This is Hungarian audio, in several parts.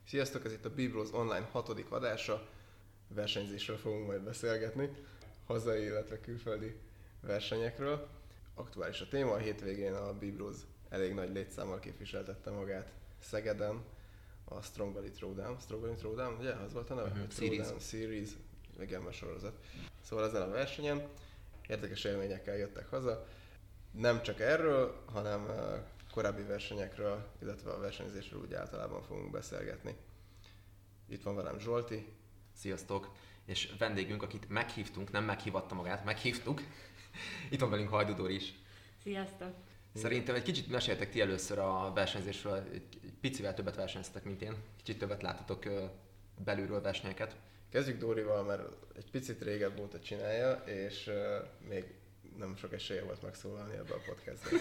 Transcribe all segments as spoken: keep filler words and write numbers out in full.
Sziasztok, ez itt a Bibros Online hatodik adása. Versenyzésről fogunk majd beszélgetni, hazai, illetve külföldi versenyekről. Aktuális a téma, a hétvégén a Bibros elég nagy létszámmal képviseltette magát Szegeden, a Strongbow Throwdown, Strongbow Throwdown, ugye? Az volt a neve? Uh-huh. Series. Series, igen, a sorozat. Szóval ezen a versenyen érdekes élményekkel jöttek haza. Nem csak erről, hanem korábbi versenyekről, illetve a versenyzésről úgy általában fogunk beszélgetni. Itt van velem Zsolti. Sziasztok! És vendégünk, akit meghívtunk, nem meghívatta magát, meghívtuk. Itt van velünk Hajdú Dóri is. Sziasztok! Szerintem egy kicsit meséltek ti először a versenyzésről, egy picivel többet versenyeztek, mint én. Kicsit többet láttatok belülről versenyeket. Kezdjük Dórival, mert egy picit régebb óta csinálja, és uh, még nem sok esélye volt megszólalni ebbe a podcastban.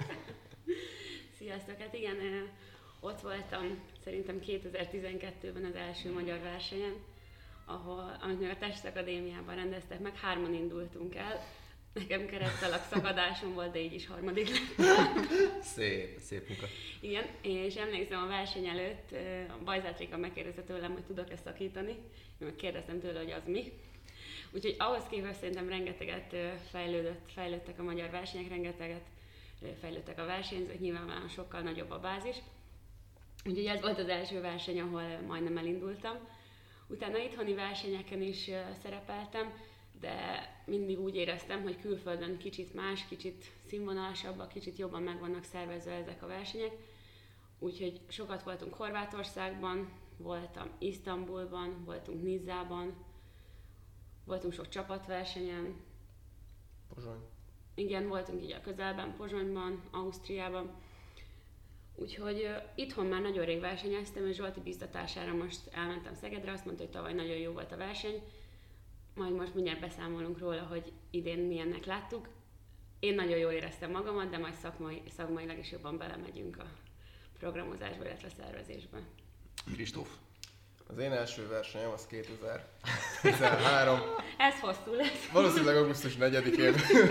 Sziasztok! Hát igen, ott voltam szerintem kétezer-tizenkettőben az első magyar versenyen, ahol, amit még a Testakadémiában rendeztek meg, hárman indultunk el. Nekem keresztalak szakadásom volt, de így is harmadik lettem. Szép, szép munka. Igen, és emlékszem a verseny előtt, a Bajzát Réka megkérdezte tőlem, hogy tudok-e szakítani. Én meg kérdeztem tőle, hogy az mi. Úgyhogy ahhoz képest szerintem rengeteget fejlődött, fejlődtek a magyar versenyek, rengeteget fejlődtek a versenyzők, nyilvánvalóan sokkal nagyobb a bázis. Úgyhogy ez volt az első verseny, ahol majdnem elindultam. Utána itthoni versenyeken is szerepeltem, de mindig úgy éreztem, hogy külföldön kicsit más, kicsit színvonalasabbak, kicsit jobban meg vannak szervezve ezek a versenyek. Úgyhogy sokat voltunk Horvátországban, voltam Isztambulban, voltunk Nizzában, voltunk sok csapatversenyen. Pozsony. Igen, voltunk így a közelben, Pozsonyban, Ausztriában. Úgyhogy uh, itthon már nagyon rég versenyeztem, és Zsolti biztatására most elmentem Szegedre, azt mondta, hogy tavaly nagyon jó volt a verseny. Majd most mindjárt beszámolunk róla, hogy idén milyennek láttuk. Én nagyon jól éreztem magamat, de majd szakmai, szakmailag is jobban belemegyünk a programozásba, illetve a szervezésbe. Kristóf. Az én első versenyem az kétezer-tizenhárom. Ez hosszú lesz. Valószínűleg augusztus negyedikén.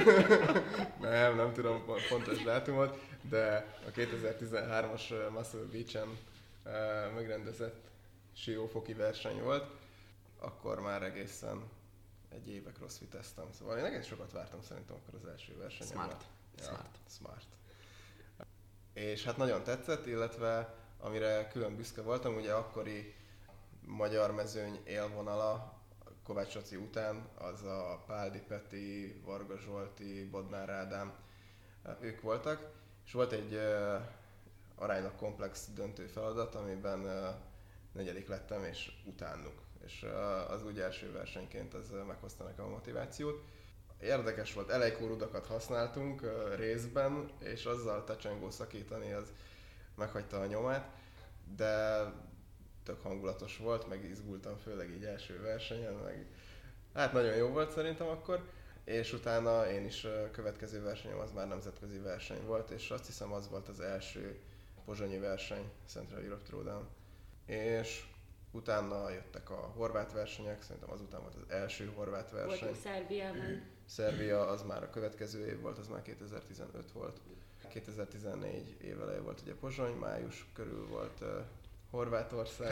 nem, nem tudom pontos dátumot, de a kétezer-tizenhármas Muscle Beach-en megrendezett siófoki verseny volt. Akkor már egészen egy éve crossfiteztem, szóval én egész sokat vártam szerintem akkor az első versenyemre. Smart. Ja, Smart. Smart. És hát nagyon tetszett, illetve amire külön büszke voltam, ugye akkori magyar mezőny élvonala Kovács Laci után, az a Páldi Peti, Varga Zsolti, Bodnár Ádám, ők voltak, és volt egy uh, aránylag komplex döntő feladat, amiben uh, negyedik lettem, és utánuk. És uh, az úgy első versenyként az uh, meghozta nekem a motivációt. Érdekes volt, elejkórudakat használtunk uh, részben, és azzal touch szakítani az meghagyta a nyomát, de tök hangulatos volt, meg izgultam, főleg így első versenyen, meg hát nagyon jó volt szerintem akkor, és utána én is uh, következő versenyem az már nemzetközi verseny volt, és azt hiszem az volt az első pozsonyi verseny, Central Europe Throwdown. És utána jöttek a horvát versenyek, szerintem azután volt az első horvát verseny. Voltunk Szerbiában. Szerbia az már a következő év volt, az már kétezer-tizenöt volt. kétezer-tizennégy év eleje volt ugye Pozsony, május körül volt uh, Horvátország.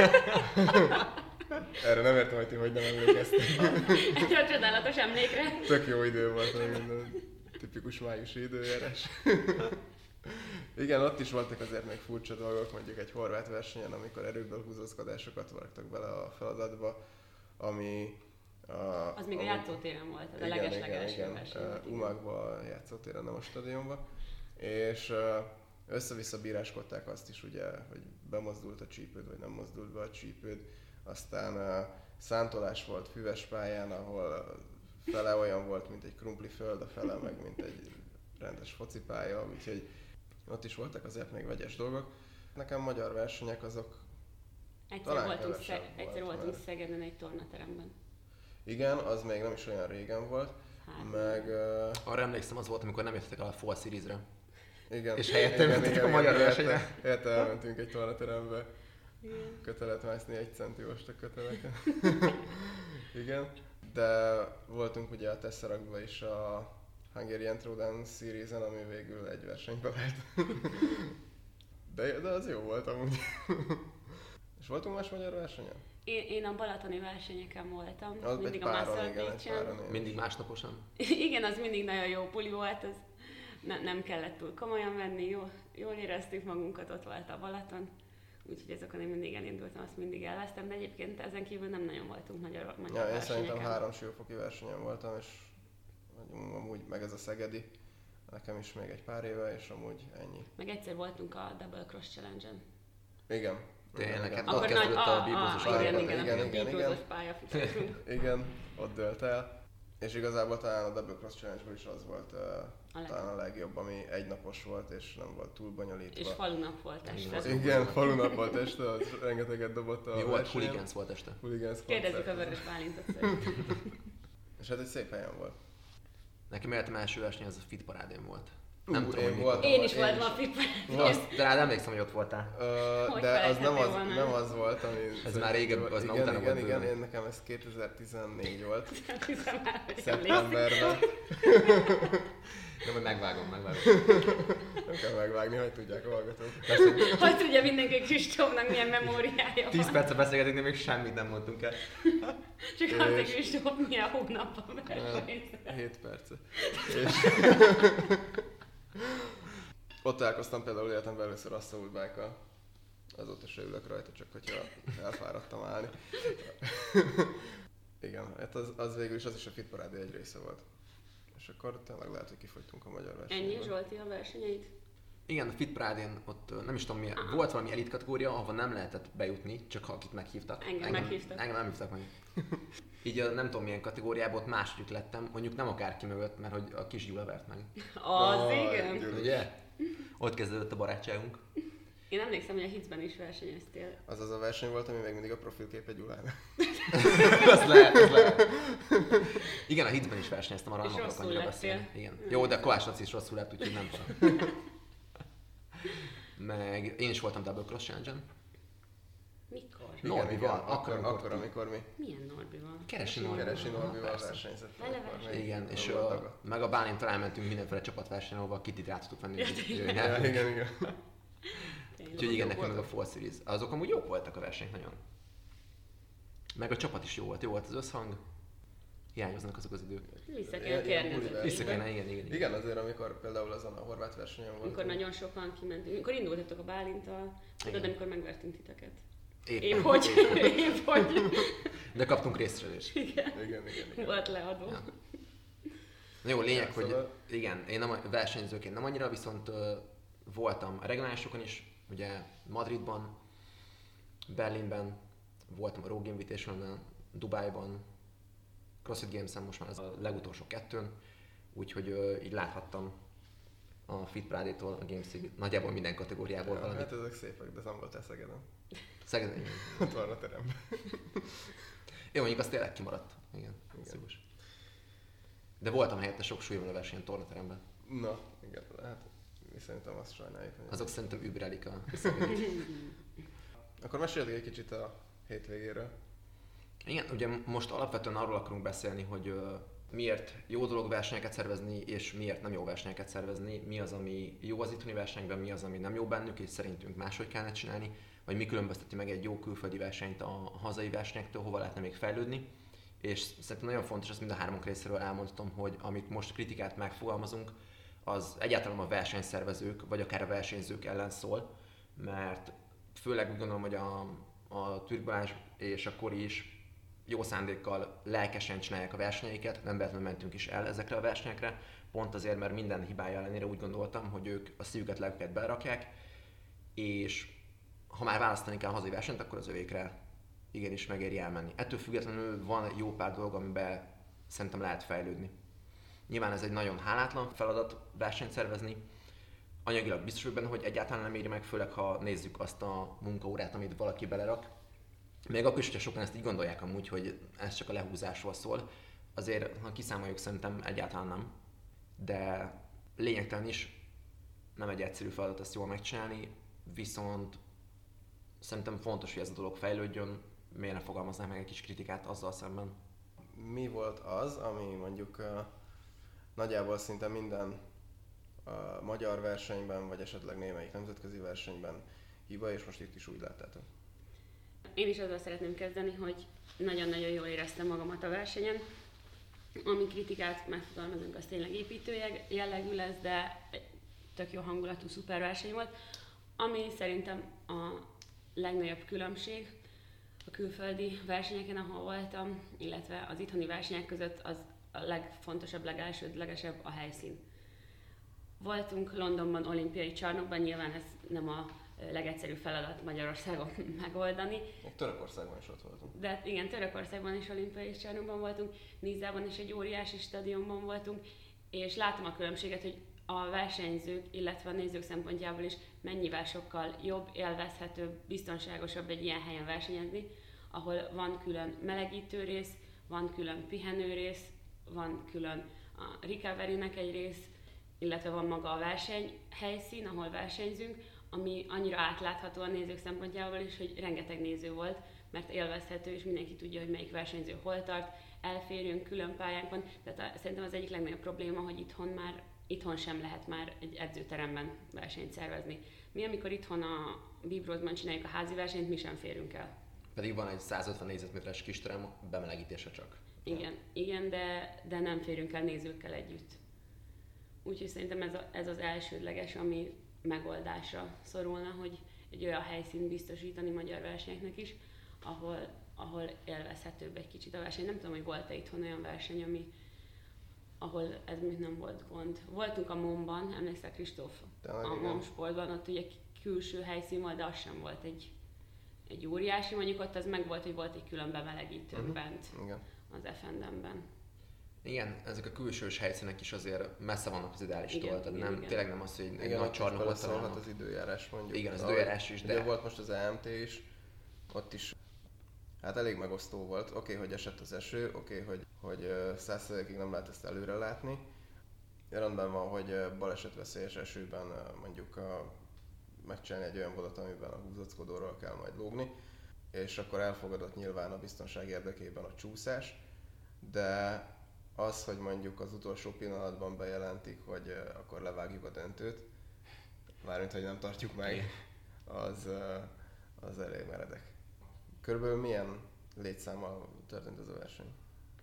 Erre nem értem, hogy ti hogy nem emlékeztek. Egy a csodálatos emlékre. Tök jó idő volt, meg minden tipikus májusi időjárás. Igen, ott is voltak azért még furcsa dolgok, mondjuk egy horvát versenyen, amikor erőből húzózkodásokat varagtak bele a feladatba, ami... A, az még a játszótéren volt, az igen, a legeslegelső igen, verseny. Igen, uh, Umagba a játszótéren, nem a stadionban. És uh, össze-vissza bíráskodták azt is ugye, hogy bemozdult a csípőd, vagy nem mozdult be a csípőd. Aztán uh, szántolás volt füves pályán, ahol fele olyan volt, mint egy krumpliföld, a fele meg, mint egy rendes focipálya, úgyhogy ott is voltak azért még vegyes dolgok. Nekem magyar versenyek azok egyszer talán voltunk, kevesebb szeg- egyszer volt, voltunk mert... Szegeden egy tornateremben. Igen, az még nem is olyan régen volt. Hát, meg... Uh... Arra emlékszem, az volt, amikor nem jöttek el a Fall Series-re. Igen. És helyette mentek a magyar versenyre. Helyette elmentünk egy tornaterembe. Kötelet mászni egy centi most a köteleken. Igen. De voltunk ugye a Tesseractban is a Hungarian Throwdown Series-en, ami végül egy versenybe vált. de, de az jó volt amúgy. És voltunk más magyar versenyen? Én, én a balatoni versenyeken voltam, Az mindig egy a páron, Muscle igen, egy Beach-en. páron én Mindig is. másnaposan. Igen, az mindig nagyon jó puli volt, az ne, nem kellett túl komolyan venni, jó, jól éreztük magunkat, ott volt a Balaton. Úgyhogy ezeken én mindig elindultam, azt mindig elvesztem, de egyébként ezen kívül nem nagyon voltunk magyar, magyar Ja, én versenyeken. szerintem három siófoki versenyen voltam, és amúgy meg ez a szegedi, nekem is még egy pár éve, és amúgy ennyi. Meg egyszer voltunk a Double Cross Challenge-en. Igen. Tényleg, hát igen. ott kezdődött a bíbózós a, igen, pálya. igen, Igen, igen, igen, a bíbózós pályafutásunk. Igen, ott dölt el. És igazából talán a Double Cross Challenge-ből is az volt uh, A talán a legjobb, ami egynapos volt, és nem volt túl bonyolítva. És falunap volt este. Igen. Igen, falunap volt este, az rengeteget dobott a Mi volt? versenyen. Hooligans volt este. Hooligans Kérdezzük a koncert. Vörös Bálintot szerintem. És hát egy szép helyen volt. Nekem életem első verseny az a Fit parádén volt. Ú, Nem tudom, én hogy mikor. voltam. Én is Én voltam is. a Fipán. Azt, de rád emlékszem, hogy ott voltál. Ö, Hogy de az nem az, felejthető volna? nem az volt, ami... Ez már régebb, az igen, már utána igen, volt igen, bőven. én nekem ez kétezer-tizennégy volt, Hiszem már, hogy emlékszem. szeptemberben. De majd megvágom, megvágom. Nem kell megvágni, hogy tudják a hallgatók. Hogy tudja mindenki Kristófnak milyen memóriája tíz van. percet beszélgetünk, de még semmit nem mondtunk el. Csak azt, hogy És- Kristóf milyen hónapban versenyzett. hét perce. És ott találkoztam például életemben először a Soul Bike-kal. Azóta se ülök rajta, csak hogyha elfáradtam állni. Igen, hát az, az végül is az is a Fit Parade egy része volt. És akkor tényleg lehet, hogy kifogytunk a magyar versenyben. Ennyi Zsolti a versenyeit? Igen, a Fit parádén ott ö, nem is tudom mi, volt valami elit kategória, ahova nem lehetett bejutni, csak ha akit meghívtak. Engem meghívtak. Engem nem hívtak meg. Így a nem tudom milyen kategóriában ott második lettem, mondjuk nem akárki mögött, mert hogy a kis Gyula vert meg. Az Aj, igen. Gyula. Ugye? Ott kezdődött a barátságunk. Én emlékszem, hogy a Hitzben is versenyeztél. Az az a verseny volt, ami még mindig a profilképe Gyulának. az lehet, az lehet. Igen, a Hitzben is versenyeztem, arra És nem akarok rosszul annyira lettél. beszélni. Igen. Jó, de Kovács Laci is rosszul lett, úgyhogy nem tudom. Meg én is voltam Double Cross Challenge-en. Mikor? No. Norbival, igen, akkor, amikor akkor, ti- amikor mi Milyen Norbival? Keresi Norbival. Keresi Norbival persze. versenyzettünk. Vele akkor még versenyzett? Igen, nem és volt a, daga. meg a Bálint elmentünk mindenféle csapatversenyen, ahova Kittit rá tudtuk venni. hogy jöjjön Ja, el. igen, igen. Tényleg. Úgyhogy igen, Jók nekünk meg a voltak? Fall Series. Azok amúgy jók voltak a versenyek nagyon. Meg a csapat is jó volt, jó volt az összhang. Hiányoznak azok az idők. Vissza Ilyen- kell ilyen kérni az buli ötletet. Vissza kéne, igen, igen. igen. Igen, azért amikor például azon a horvát versenyen volt. Amikor nagyon sokan kimentünk. Amikor indultatok a Bálinttal, tudod, Igen. amikor megvertünk titeket. Éppen. Épp hogy, épp hogy. De kaptunk részesedést. Igen, Igen, igen, igen. volt leadó. Ja. Na jó, lényeg, Ja, hogy szóval- igen, én nem a- versenyzőként nem annyira, viszont uh, voltam a regionálisokon is, ugye Madridban, Berlinben, voltam a Rogue Invitational-on, Dubájban, CrossFit Games-en most már az a legutolsó kettőn, úgyhogy uh, így láthattam a Fit Parade-tól a Games-ig nagyjából minden kategóriából Ja, valamit. hát ezek szépek, de nem voltál Szegeden. Szegeden. Ott van a teremben. Jó, mondjuk az tényleg kimaradt. Igen, Igen. szívos. De voltam helyette sok súlyomra versenyen tornateremben. Na, igen, hát mi szerintem azt sajnáljuk. Hogy Azok szerintem überelik a Szegedet. Akkor meséltek egy kicsit a hétvégéről. Igen, ugye most alapvetően arról akarunk beszélni, hogy uh, miért jó dolog versenyeket szervezni, és miért nem jó versenyeket szervezni, mi az, ami jó az itthoni versenyben, mi az, ami nem jó bennük, és szerintünk máshogy kellene csinálni, vagy mi különbözteti meg egy jó külföldi versenyt a hazai versenyektől, hova lehetne még fejlődni. És szerintem nagyon fontos, ezt mind a hármunk részéről elmondtam, hogy amit most kritikát megfogalmazunk, az egyáltalán a versenyszervezők, vagy akár a versenyzők ellen szól, mert főleg úgy gondolom, hogy a, a Türk Balázs és a Kori is jó szándékkal lelkesen csinálják a versenyeiket, nem véletlenül mentünk is el ezekre a versenyekre, pont azért, mert minden hibája ellenére úgy gondoltam, hogy ők a szívüket, lelküket berakják, és ha már választani kell a hazai versenyt, akkor az övékre igenis megéri elmenni. Ettől függetlenül van jó pár dolog, amiben szerintem lehet fejlődni. Nyilván ez egy nagyon hálátlan feladat versenyt szervezni, anyagilag biztos vagyok benne, hogy egyáltalán nem éri meg, főleg ha nézzük azt a munkaórát, amit valaki belerak. Még akkor is, hogyha sokan ezt így gondolják amúgy, hogy ez csak a lehúzásról szól, azért, ha kiszámoljuk, szerintem egyáltalán nem. De lényegtelen is nem egy egyszerű feladat ezt jól megcsinálni, viszont szerintem fontos, hogy ez a dolog fejlődjön, miért ne fogalmaznák meg egy kis kritikát azzal szemben. Mi volt az, ami mondjuk uh, nagyjából szinte minden uh, magyar versenyben, vagy esetleg némelyik nemzetközi versenyben hiba, és most itt is úgy láttátok? én is azzal szeretném kezdeni, hogy nagyon-nagyon jól éreztem magamat a versenyen. Ami kritikát megfogalmazunk, az tényleg építő jellegű lesz, de tök jó hangulatú, szuper verseny volt. Ami szerintem a legnagyobb különbség a külföldi versenyeken, ahol voltam, illetve az itthoni versenyek között az a legfontosabb, legelsődlegesebb a helyszín. Voltunk Londonban, olimpiai csarnokban, nyilván ez nem a legegyszerűbb feladat Magyarországon megoldani. Még Törökországban is ott voltunk. De igen, Törökországban is olimpiai csarnokban voltunk, Nizában is egy óriási stadionban voltunk, és látom a különbséget, hogy a versenyzők, illetve a nézők szempontjából is mennyivel sokkal jobb, élvezhetőbb, biztonságosabb egy ilyen helyen versenyezni, ahol van külön melegítő rész, van külön pihenő rész, van külön a recovery-nek egy rész, illetve van maga a versenyhelyszín, ahol versenyzünk, ami annyira átlátható a nézők szempontjából is, hogy rengeteg néző volt, mert élvezhető, és mindenki tudja, hogy melyik versenyző hol tart, elférünk, külön pályánkon. Tehát a, szerintem az egyik legnagyobb probléma, hogy itthon már itthon sem lehet már egy edzőteremben versenyt szervezni. Mi, amikor itthon a Bíbrózban csináljuk a házi versenyt, mi sem férünk el. Pedig van egy százötven négyzetméteres kis terem, bemelegítése csak. Igen, igen, de, de nem férünk el nézőkkel együtt. Úgyhogy szerintem ez, a, ez az elsődleges, ami megoldásra szorulna, hogy egy olyan helyszínt biztosítani magyar versenyeknek is, ahol, ahol élvezhetőbb egy kicsit a verseny. Nem tudom, hogy volt-e itthon olyan verseny, ami, ahol ez még nem volt gond. Voltunk a MOM-ban, emlékszel Kristóf? A MOM sportban, ott ugye külső helyszín volt, de az sem volt egy, egy óriási, mondjuk ott az meg volt, hogy volt egy külön bemelegítő uh-huh. bent Igen. az ef en dé-ben. Igen, ezek a külsős helyszínek is azért messze vannak az ideálistól, igen, tehát igen, nem, igen. tényleg nem az, hogy egy igen, nagy csarnokot találnak. az időjárás mondjuk. Igen, az időjárás is, de... Ugye volt most az á em té is, ott is hát elég megosztó volt. Oké, okay, hogy esett az eső, oké, okay, hogy, hogy száz százalékig nem lehet ezt előre látni. Rendben van, hogy balesetveszélyes esőben mondjuk a, megcsinálni egy olyan vodat, amiben a húzackodóról kell majd lógni, és akkor elfogadott nyilván a biztonság érdekében a csúszás, de az, hogy mondjuk az utolsó pillanatban bejelentik, hogy akkor levágjuk a döntőt, mármint, hogy nem tartjuk meg, az, az elég meredek. Körülbelül milyen létszámmal történt ez a verseny?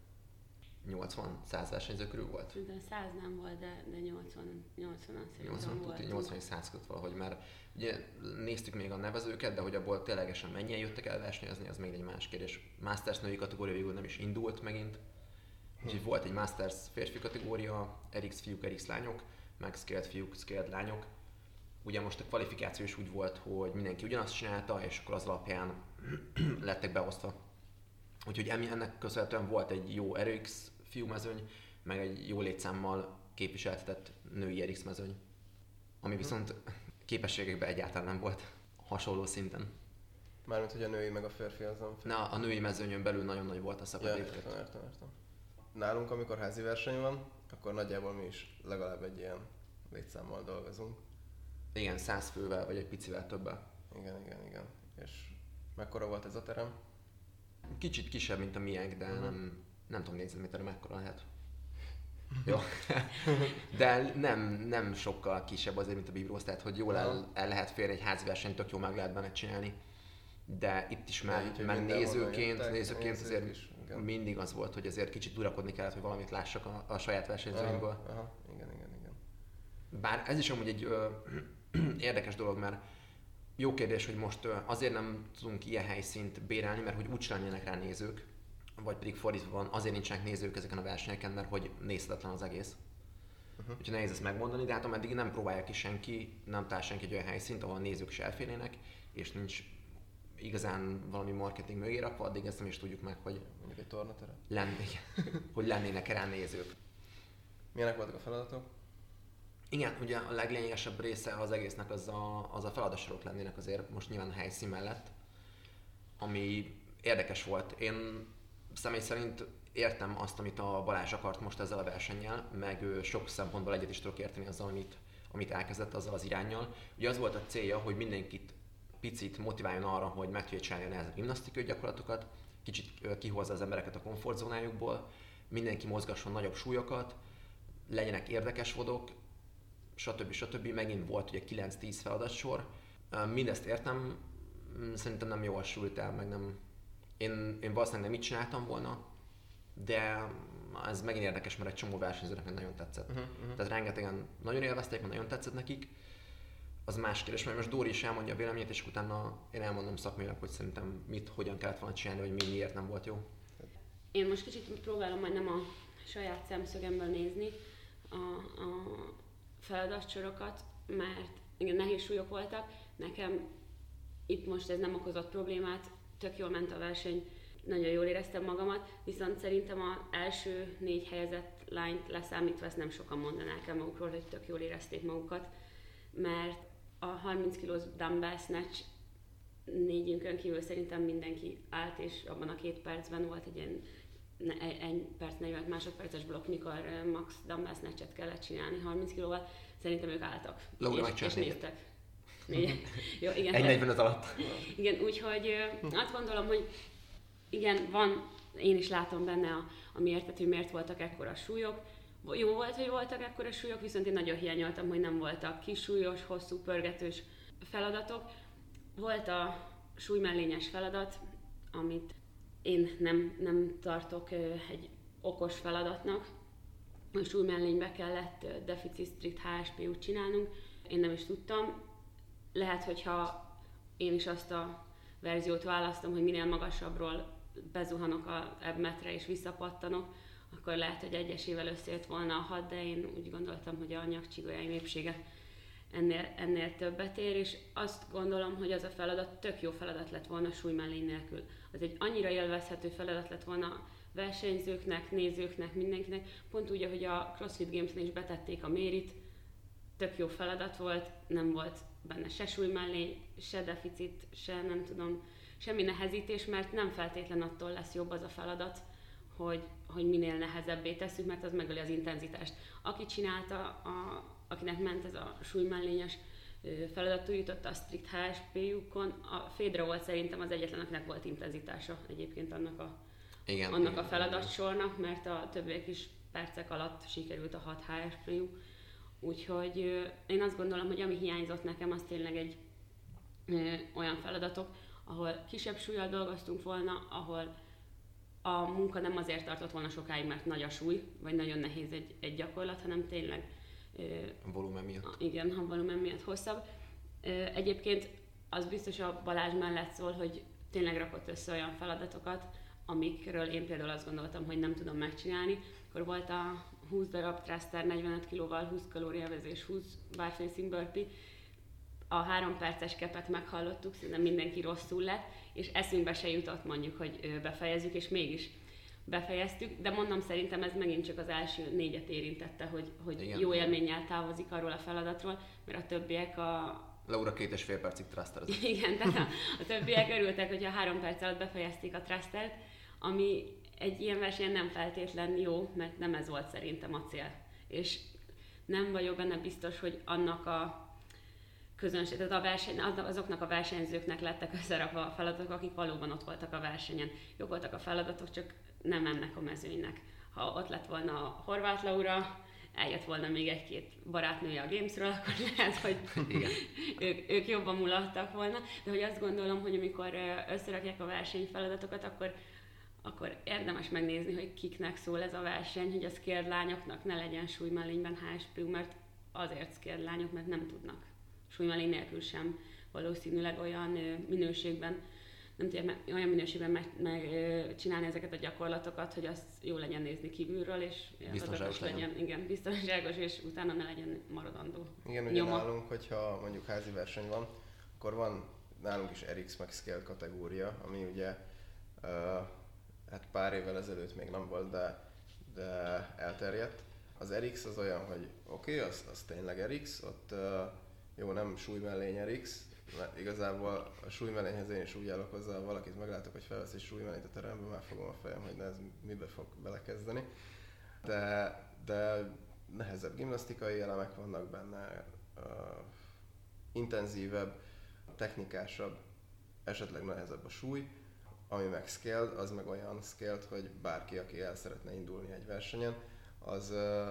nyolcvan-száz versenyző körül volt? Szerintem száz nem volt, de, de nyolcvan, nyolcvan nyolcvan volt. nyolcvan száz köt valahogy, mert ugye néztük még a nevezőket, de hogy abból ténylegesen mennyien jöttek el versenyezni, az még egy más kérdés. Masters női kategória végül nem is indult megint. Úgyhogy volt egy Masters férfi kategória, er iksz fiúk, er iksz lányok, meg Scaled fiúk, Scaled lányok. Ugye most a kvalifikáció is úgy volt, hogy mindenki ugyanazt csinálta, és akkor az alapján lettek beosztva. Úgyhogy ennek köszönhetően volt egy jó er iksz fiú mezőny, meg egy jó létszámmal képviseltetett női er iksz mezőny. Ami viszont képességekben egyáltalán nem volt hasonló szinten. Mármint, hogy a női meg a férfi az nem fél. Na, a női mezőnyön belül nagyon nagy volt a szakadék. Ja, értem, értem, értem. Nálunk, amikor házi verseny van, akkor nagyjából mi is legalább egy ilyen létszámmal dolgozunk. Igen, száz fővel, vagy egy picivel többel. Igen, igen, igen. És mekkora volt ez a terem? Kicsit kisebb, mint a miénk, de uh-huh. nem, nem tudom négyzetméterre mekkora lehet. Uh-huh. Jó. De nem, nem sokkal kisebb azért, mint a Bíbróz, tehát hogy jól el, el lehet férni egy házi versenyt, tök jó meg lehet benne csinálni. De itt is már, ja, már nézőként, jöttek, nézőként azért is, mindig az volt, hogy azért kicsit durakodni kellett, hogy valamit lássak a, a saját versenyzőinkből. Aha, aha, igen, igen, igen. Bár ez is amúgy egy ö, érdekes dolog, mert jó kérdés, hogy most ö, azért nem tudunk ilyen helyszínt bérelni, mert hogy úgy lennének rá nézők, vagy pedig fordítva van, azért nincsenek nézők ezeken a versenyeken, mert hogy nézhetetlen az egész. Uh-huh. Úgyhogy nehéz ezt megmondani, de hát ameddig nem próbálja ki senki, nem talál senki egy olyan helyszínt, ahol a nézők is elférnének, és nincs igazán valami marketing mögé rakva, addig ezt nem is tudjuk meg, hogy mondjuk egy tornatere? Lenni, hogy lennének rá nézők. Milyenek voltak a feladatok? Igen, ugye a leglényegesebb része az egésznek az a, az a feladatsorok lennének azért most nyilván a helyszín mellett, ami érdekes volt. Én személy szerint értem azt, amit a Balázs akart most ezzel a versennyel, meg sok szempontból egyet is tudok érteni azzal, amit, amit elkezdett azzal az iránnyal. Ugye az volt a célja, hogy mindenkit picit motiváljon arra, hogy meg tudja csinálni a nehezebb gimnasztikai gyakorlatokat, kicsit kihozza az embereket a komfortzónájukból, mindenki mozgasson nagyobb súlyokat, legyenek érdekes vodok, stb. stb. Megint volt ugye kilenc-tíz feladatsor. Mindezt értem, Szerintem nem jól sült el, meg nem... Én, én valószínűleg nem így csináltam volna, de ez megint érdekes, mert egy csomó versenyzőnek nagyon tetszett. Uh-huh, uh-huh. Tehát rengetegen nagyon élvezték, mert nagyon tetszett nekik. Az más kérdés, mert most Dóri is elmondja a véleményét, és utána én elmondom szakmailag, hogy szerintem mit, hogyan kellett volna csinálni, vagy mi miért nem volt jó. Én most kicsit próbálom majd nem a saját szemszögemből nézni a, a feladatsorokat, mert igen, nehéz súlyok voltak. Nekem itt most ez nem okozott problémát, tök jól ment a verseny, nagyon jól éreztem magamat, viszont szerintem az első négy helyezett lányt leszámítva ezt nem sokan mondanák el magukról, hogy tök jól érezték magukat, mert a harminc kilós dumbbell snatch négyünkön kívül szerintem mindenki állt, és abban a két percben volt egy ilyen egy perc, negyven másodperces blokk, mikor max dumbbell snatchet kellett csinálni harminc kilóval, szerintem ők álltak. Laura és, és néztek. Jó, igen. egy negyvenöt alatt. Igen, úgyhogy azt gondolom, hogy igen, van, én is látom benne a, a miértet, hogy miért voltak ekkora súlyok. Jó volt, hogy voltak ekkora súlyok, viszont én nagyon hiányoltam, hogy nem voltak kisúlyos, hosszú, pörgetős feladatok. Volt a súlymellényes feladat, amit én nem, nem tartok egy okos feladatnak. A súlymellénybe kellett deficit strict há es pé út csinálnunk, én nem is tudtam. Lehet, hogyha én is azt a verziót választom, hogy minél magasabbról bezuhanok a ebmetre és visszapattanok, akkor lehet, hogy egyesével összejött volna a hat, de én úgy gondoltam, hogy a nyakcsigolyáim épsége ennél, ennél többet ér, és azt gondolom, hogy az a feladat tök jó feladat lett volna súlymellény nélkül. Az egy annyira élvezhető feladat lett volna versenyzőknek, nézőknek, mindenkinek, pont úgy, ahogy a CrossFit Games-nél is betették a mérit, tök jó feladat volt, nem volt benne se súlymellény, se deficit, se nem tudom, semmi nehezítés, mert nem feltétlen attól lesz jobb az a feladat, hogy, hogy minél nehezebbé tesszük, mert az megöli az intenzitást. Aki csinálta, a, akinek ment ez a súlymellényes feladat, túljutotta a strict há es pé-jukon, a Fédra volt szerintem az egyetlen, akinek volt intenzitása egyébként annak a, igen, annak igen, a feladatsornak, mert a többiek is percek alatt sikerült a hat há es pé-juk. Úgyhogy én azt gondolom, hogy ami hiányzott nekem, az tényleg egy ö, olyan feladatok, ahol kisebb súllyal dolgoztunk volna, ahol a munka nem azért tartott volna sokáig, mert nagy a súly, vagy nagyon nehéz egy, egy gyakorlat, hanem tényleg ö, a volumen miatt. A, igen, a volumen miatt hosszabb. Ö, egyébként az biztos a Balázs mellett szól, hogy tényleg rakott össze olyan feladatokat, amikről én például azt gondoltam, hogy nem tudom megcsinálni. Akkor volt a húsz darab thruster negyvenöt kilóval, húsz kalóriavezés, húsz bar facing burpee. A három perces kepet meghallottuk, szerintem mindenki rosszul lett, és eszünkbe se jutott mondjuk, hogy befejezzük, és mégis befejeztük. De mondom, szerintem ez megint csak az első négyet érintette, hogy, hogy igen, jó élménnyel távozik arról a feladatról, mert a többiek a... Laura két és fél percig thrusterezott. Igen, tehát a, a többiek örültek, hogyha három perc alatt befejezték a thrustert, ami egy ilyen versenyen nem feltétlen jó, mert nem ez volt szerintem a cél. És nem vagyok benne biztos, hogy annak a közönség, tehát a verseny, azoknak a versenyzőknek lettek összerakva a feladatok, akik valóban ott voltak a versenyen. Jók voltak a feladatok, csak nem ennek a mezőnynek. Ha ott lett volna a Horváth Laura, eljött volna még egy-két barátnője a Gamesről, akkor lehet, hogy ők, ők jobban mulattak volna. De hogy azt gondolom, hogy amikor összerakják a versenyfeladatokat, akkor akkor érdemes megnézni, hogy kiknek szól ez a verseny, hogy a skilled lányoknak ne legyen súlymellényben há es pé, mert azért skilled lányok, mert nem tudnak súlymellény nélkül sem valószínűleg olyan minőségben, nem tudják meg, olyan minőségben megcsinálni meg, ezeket a gyakorlatokat, hogy azt jó legyen nézni kívülről, és biztonságos legyen. legyen. Igen, biztonságos, és utána ne legyen maradandó. Igen, ugye nyoma. Nálunk, hogyha mondjuk házi verseny van, akkor van nálunk is er iksz meg scale kategória, ami ugye uh, hát pár évvel ezelőtt még nem volt, de, de elterjedt. Az er iksz az olyan, hogy oké, okay, az, az tényleg er iksz, ott uh, jó, nem súlymellény er iksz, mert igazából a súlymellényhez én is úgy állok hozzá, ha valakit meglátok, hogy felvesz egy súlymellényt a teremben, már fogom a fejem, hogy ne ez mibe fog belekezdeni. De, de nehezebb gimnasztikai elemek vannak benne, uh, intenzívebb, technikásabb, esetleg nehezebb a súly, ami meg scaled, az meg olyan scaled, hogy bárki, aki el szeretne indulni egy versenyen, az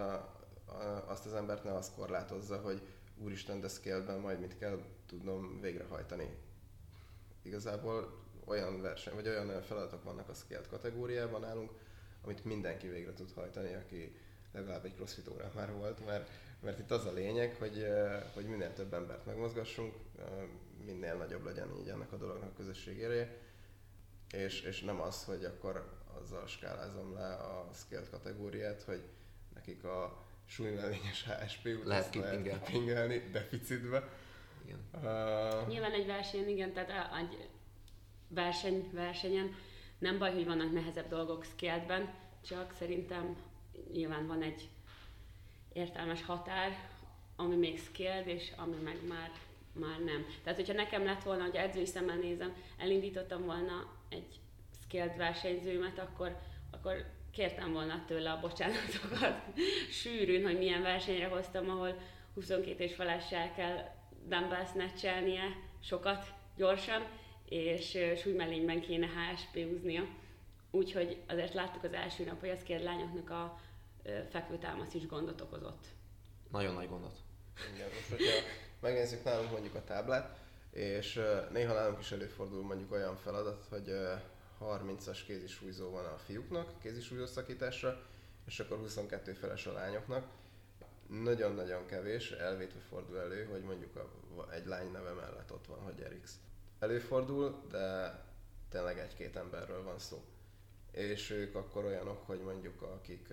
uh, azt az embert ne azt korlátozza, hogy úristen, de scaled-ben majd mit kell tudnom végrehajtani. igazából olyan verseny, vagy olyan feladatok vannak a scaled kategóriában nálunk, amit mindenki végre tud hajtani, aki legalább egy crossfit órán már volt, mert, mert itt az a lényeg, hogy, hogy minél több embert megmozgassunk, minél nagyobb legyen így ennek a dolognak a közösségére, és, és nem az, hogy akkor azzal skálázom le a scaled kategóriát, hogy nekik a súlymellényes há es pé-út lehet kipingelni deficitbe. Igen. Uh, Nyilván egy versenyen, igen, tehát egy verseny, versenyen nem baj, hogy vannak nehezebb dolgok scaled-ben, csak szerintem nyilván van egy értelmes határ, ami még scaled, és ami meg már, már nem. Tehát, hogyha nekem lett volna, hogy edzői szemmel nézem, elindítottam volna egy scaled versenyzőmet, akkor, akkor kértem volna tőle a bocsánatokat sűrűn, hogy milyen versenyre hoztam, ahol huszonkét és felessel kell dumbbell snatchelnie sokat, gyorsan, és súlymellényben kéne há es pé-uznia. Úgyhogy azért láttuk az első nap, hogy a scaled lányoknak a fekvőtámasz is gondot okozott. Nagyon nagy gondot. Igen, most hogyha megnézzük nálunk mondjuk a táblát, és néha nálunk is előfordul mondjuk olyan feladat, hogy harmincas kézisúlyzó van a fiúknak, kézisúlyzó szakításra, és akkor huszonkettő feles a lányoknak. Nagyon-nagyon kevés, elvétve fordul elő, hogy mondjuk a, egy lány neve mellett ott van, hogy Erix. Előfordul, de tényleg egy-két emberről van szó. És ők akkor olyanok, hogy mondjuk akik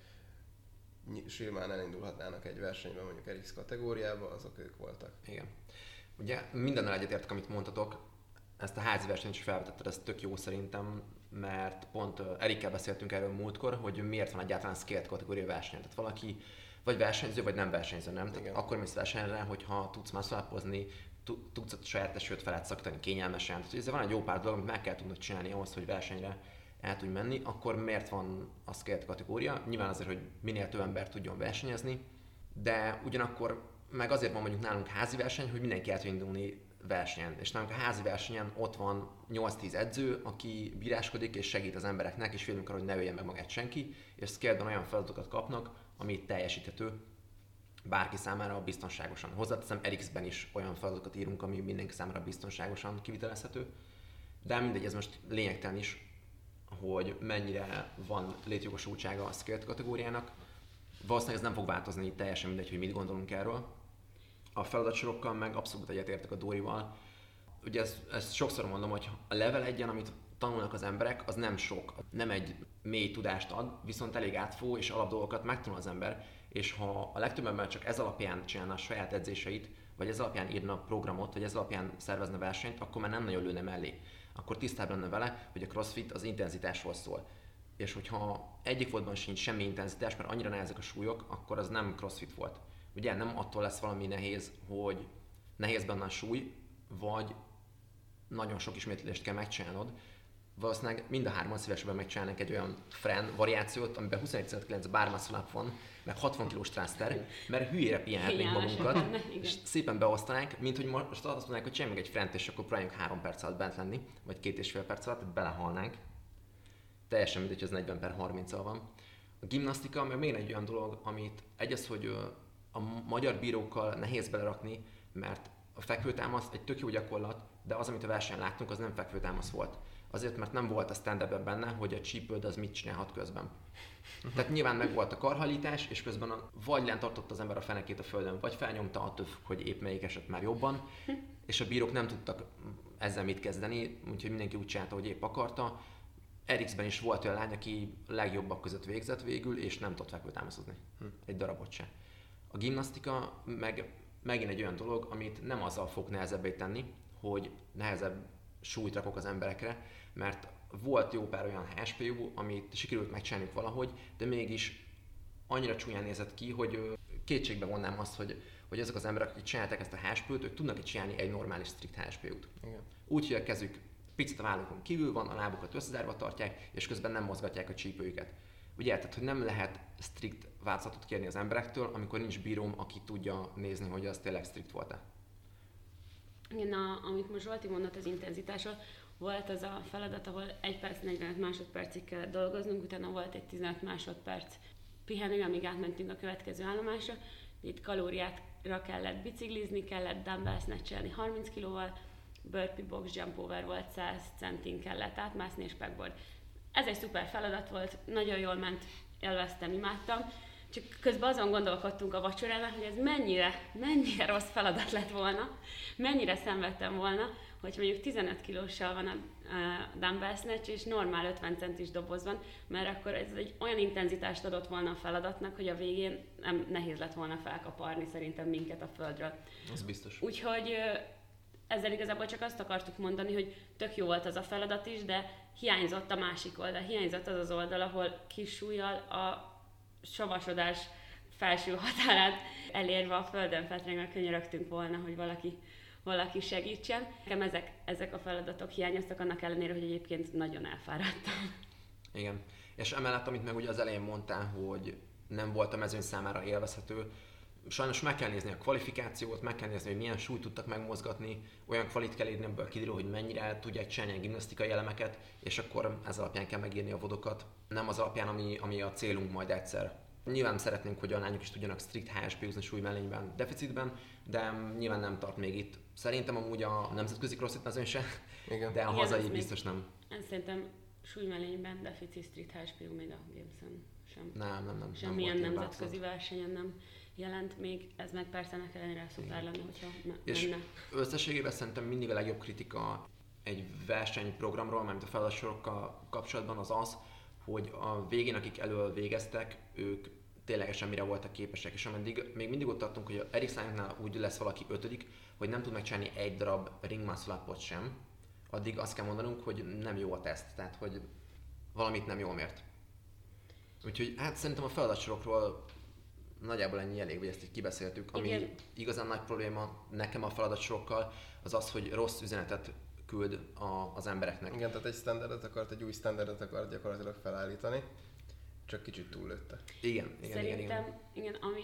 uh, simán elindulhatnának egy versenyben, mondjuk Erix kategóriába, azok ők voltak. Igen. Ugye mindennel egyetértek, amit mondtatok, ezt a házi versenyt is felvetetted, ez tök jó szerintem, mert pont Erikkel beszéltünk erről múltkor, hogy miért van egyáltalán scaled kategória verseny. Tehát valaki vagy versenyző, vagy nem versenyző, nem? Tehát akkor mész versenyre, hogyha tudsz muscle-upozni, tudsz a saját testőt felett szakítani kényelmesen. Tehát ezzel van egy jó pár dolog, amit meg kell tudnod csinálni ahhoz, hogy versenyre el tudj menni, akkor miért van a scaled kategória? Nyilván azért, hogy minél több ember tudjon versenyezni, de ugyanakkor meg azért van mondjuk nálunk házi verseny, hogy mindenki el tud indulni versenyen. És nálunk a házi versenyen ott van nyolc-tíz edző, aki bíráskodik és segít az embereknek, és félünk arra, hogy ne öljen meg magát senki, és scaled-ben olyan feladatokat kapnak, ami teljesíthető bárki számára biztonságosan. Hozzáteszem, Erixben is olyan feladatokat írunk, ami mindenki számára biztonságosan kivitelezhető. De mindegy, ez most lényegtelen is, hogy mennyire van létjogosultsága a scaled kategóriának. Valószínűleg ez nem fog változni, teljesen mindegy, hogy mit gondolunk erről. A feladatsorokkal meg abszolút egyetértek a Dórival. Ugye ezt, ezt sokszor mondom, hogy a level egyen, amit tanulnak az emberek, az nem sok, nem egy mély tudást ad, viszont elég átfogó és alapdolgokat megtanul az ember, és ha a legtöbb ember csak ez alapján csinálna a saját edzéseit, vagy ez alapján írna programot, vagy ez alapján szervezne versenyt, akkor már nem nagyon lőne mellé. Akkor tisztában lenne vele, hogy a crossfit az intenzitásról szól. És hogyha egyik voltban sincs semmi intenzitás, mert annyira nehezek a súlyok, akkor az nem crossfit volt. Ugye nem attól lesz valami nehéz, hogy nehéz benne a súly, vagy nagyon sok ismétlést kell megcsinálnod. Valószínűleg mind a hárman szívesebben megcsinálnak egy olyan fren variációt, amiben huszonegy egész kilenc bar muscle up van, meg hatvan kilós thruster, mert hülyére pihenhetnénk magunkat, és szépen beosztanánk, mint hogy most azt mondanánk, hogy csináljunk egy frent, és akkor próbáljunk három perc alatt bent lenni, vagy két és fél perc alatt, tehát belehalnánk. Teljesen mindegy, hogy az negyven per harminccal van. A gimnasztika, meg még egy olyan dolog, amit egy az, hogy a magyar bírókkal nehéz belerakni, mert a fekvőtámasz egy tök jó gyakorlat, de az, amit a versenyen láttunk, az nem fekvőtámasz volt. Azért, mert nem volt a stand-upben benne, hogy a csípőd az mit csinálhat közben. Tehát nyilván meg volt a karhajlítás, és közben a, vagy lent tartotta az ember a fenekét a földön, vagy felnyomta, attól függ, hogy épp melyik esett már jobban, és a bírók nem tudtak ezzel mit kezdeni, úgyhogy mindenki úgy csinálta, hogy épp akarta. Erixben is volt olyan lány, aki legjobbak között végzett végül, és nem tudott fekvőtámaszozni. Egy darabot se. A gimnasztika meg megint egy olyan dolog, amit nem azzal fog nehezebbé tenni, hogy nehezebb súlyt rakok az emberekre, mert volt jó pár olyan há es pé-ú, amit sikerült megcsinálni valahogy, de mégis annyira csúnyán nézett ki, hogy kétségbe vonnám azt, hogy, hogy azok az emberek, akik csinálták ezt a há es pé-t, ők tudnak csinálni egy normális strikt há es pé-út. Úgy, hogy a kezük picit a vállukon kívül van, a lábukat összezárva tartják, és közben nem mozgatják a csípőjüket. Ugye, tehát, hogy nem lehet strikt változatot kérni az emberektől, amikor nincs bíróm, aki tudja nézni, hogy az tényleg strikt volt-e. Igen, a, amit most Zsolti mondott az intenzitásról, volt az a feladat, ahol egy perc negyvenöt másodpercig kellett dolgoznunk, utána volt egy tizenöt másodperc pihenő, amíg átmentünk a következő állomásra. Itt kalóriákra kellett biciklizni, kellett dumbbell snatchelni harminc kilóval, burpee box jump over volt, száz centin kellett átmászni, és pegboard. Ez egy szuper feladat volt, nagyon jól ment, élveztem, imádtam. Csak közben azon gondolkodtunk a vacsoránál, hogy ez mennyire, mennyire rossz feladat lett volna, mennyire szenvedtem volna, hogy mondjuk tizenöt kilóssal van a dumbbell snatch, és normál ötven centis doboz van, mert akkor ez egy olyan intenzitást adott volna a feladatnak, hogy a végén nem nehéz lett volna felkaparni szerintem minket a földről. Az biztos. Úgyhogy ezzel igazából csak azt akartuk mondani, hogy tök jó volt az a feladat is, de hiányzott a másik oldal, hiányzott az az oldal, ahol kis súllyal a savasodás felső határát elérve a földön fetrengve könyörögtünk volna, hogy valaki, valaki segítsen. Nekem ezek, ezek a feladatok hiányoztak, annak ellenére, hogy egyébként nagyon elfáradtam. Igen. És emellett, amit meg ugye az elején mondtál, hogy nem volt a mezőny számára élvezhető, sajnos meg kell nézni a kvalifikációt, meg kell nézni, hogy milyen súlyt tudtak megmozgatni, olyan kvalit kell írni, ebből kiderül, hogy mennyire tudják csinálni a gimnasztikai elemeket, és akkor ez alapján kell megírni a vodokat, nem az alapján, ami, ami a célunk majd egyszer. Nyilván szeretnénk, hogy a lányok is tudjanak strikt há es pé-zni súlymellényben, deficitben, de nyilván nem tart még itt. Szerintem amúgy a nemzetközi crossfit mezőny se, Igen. de a Igen, hazai ez biztos nem. Én szerintem súlymellényben deficit strict há es pé még a Games-en sem. Nem, nem, nem. Semmilyen nem nemzetközi versenyen nem jelent még, ez meg persze ennek ellenére szuper lenne, hogyha me- és menne. összességében szerintem mindig a legjobb kritika egy versenyprogramról, mármint a feladatsorokkal kapcsolatban az az, hogy a végén, akik elől végeztek, ők ténylegesen mire voltak képesek, és ameddig még mindig ott tartunk, hogy a Eric Lyon-nál úgy lesz valaki ötödik, hogy nem tud megcsinálni egy darab ring muscle upot sem, addig azt kell mondanunk, hogy nem jó a teszt, tehát hogy valamit nem jól mért. Úgyhogy hát szerintem a feladatsorokról nagyjából ennyi elég, hogy ezt így kibeszéltük. Ami Igen. igazán nagy probléma nekem a feladatsorokkal, az az, hogy rossz üzenetet küld a, az embereknek. Igen, tehát egy standardet akart, egy új standardet akart gyakorlatilag felállítani, csak kicsit túllőtte. Igen, igen, Szerintem, igen, igen. igen, ami,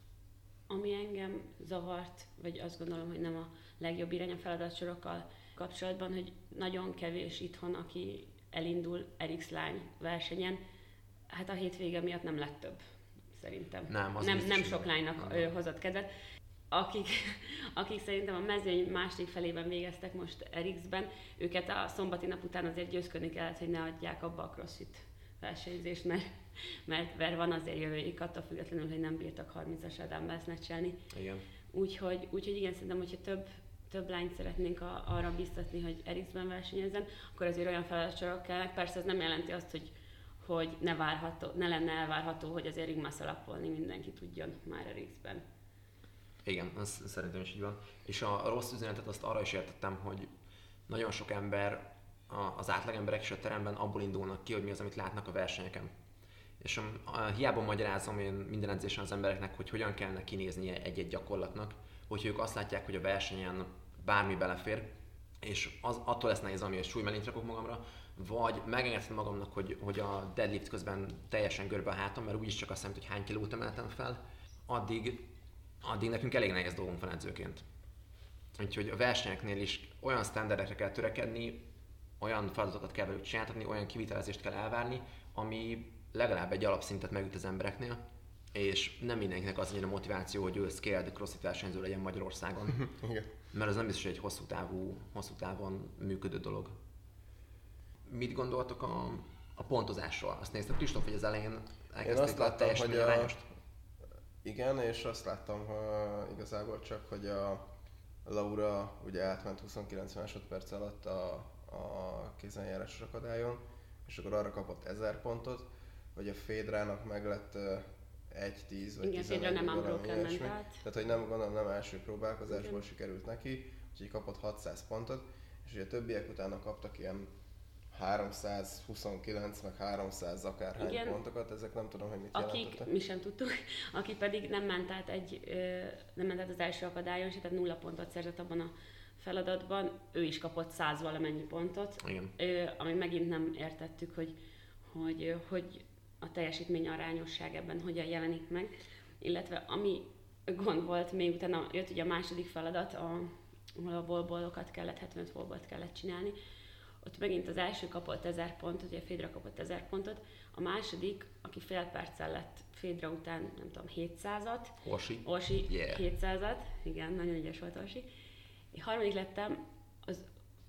ami engem zavart, vagy azt gondolom, hogy nem a legjobb irány a feladatsorokkal kapcsolatban, hogy nagyon kevés itthon, aki elindul Eric Lyon versenyen, hát a hétvége miatt nem lett több, szerintem. Nem, az nem, biztos, nem hogy sok nem. lánynak Nem. hozott kedvet. Akik, akik szerintem a mezőny második felében végeztek most Ericben, őket a szombati nap után azért győzködni kellett, hogy ne adják abba a crossfit versenyzést, mert, mert, mert van azért jövőjük, attól függetlenül, hogy nem bírtak harmincasra dumbbell snatchelni. Igen. Úgyhogy, úgyhogy igen, szerintem, hogyha több, több lányt szeretnénk a, arra biztatni, hogy Ericben versenyezzen, akkor azért olyan feladatsorok kellnek. Persze ez nem jelenti azt, hogy hogy ne, várható, ne lenne elvárható, hogy azért ring muscle upolni mindenki tudjon már a Ericben. Igen, az szerintem is így van. És a rossz üzenetet azt arra is értettem, hogy nagyon sok ember, az átlagemberek is a teremben abból indulnak ki, hogy mi az, amit látnak a versenyeken. És a, a, hiába magyarázom én minden edzésen az embereknek, hogy hogyan kellene kinéznie egy-egy gyakorlatnak, hogyha ők azt látják, hogy a versenyen bármi belefér, és az, attól lesz nehéz, ami egy súlymellényt rakok magamra, vagy megengedhetem magamnak, hogy, hogy a deadlift közben teljesen görbe a hátam, mert úgyis csak azt számít, hogy hány kilót emeltem fel, addig, addig nekünk elég nehéz dolgunk van edzőként. Úgyhogy a versenyeknél is olyan sztenderdekre kell törekedni, olyan feladatokat kell velük csináltatni, olyan kivitelezést kell elvárni, ami legalább egy alapszintet megüt az embereknél, és nem mindenkinek az annyira motiváció, hogy ő scaled crossfit versenyző legyen Magyarországon. Igen. Mert az nem biztos, hogy egy hosszú távú, hosszú távon működő dolog. Mit gondoltok a, a pontozásról? Azt nézted, Kristóf, hogy az elején elkezdték a teljes hogy a... Igen, és azt láttam hogy igazából csak, hogy a Laura ugye átment huszonkilenc másodperc alatt a, a kézenjárásos akadályon, és akkor arra kapott ezer pontot, hogy a Fédrának meg lett egy tíz vagy igen, tizenegy, nem valami unbroken ilyesmi. ment át. Tehát, hogy nem gondolom, nem első próbálkozásból Igen. sikerült neki, úgyhogy kapott hatszáz pontot, és ugye a többiek utána kaptak ilyen háromszázhuszonkilenc, meg háromszáz akárhány Igen. pontokat, ezek nem tudom, hogy mit Akik, jelentettek. mi sem tudtuk, aki pedig nem ment át, egy, ö, nem ment át az első akadályon, tehát nulla pontot szerzett abban a feladatban, ő is kapott száz valamennyi pontot, Igen. ö, ami megint nem értettük, hogy, hogy, ö, hogy a teljesítmény arányosság ebben hogyan jelenik meg, illetve ami gond volt, még utána jött ugye a második feladat, a, ahol a wallballokat kellett, hetvenöt wallballt kellett csinálni. Ott megint az első kapott ezer pontot, ugye a Fédra kapott ezer pontot, a második, aki fél perccel lett Fédra után, nem tudom, hétszázat. Orsi. Orsi Yeah. hétszázat, igen, nagyon ügyes volt Orsi. Én harmadik lettem, az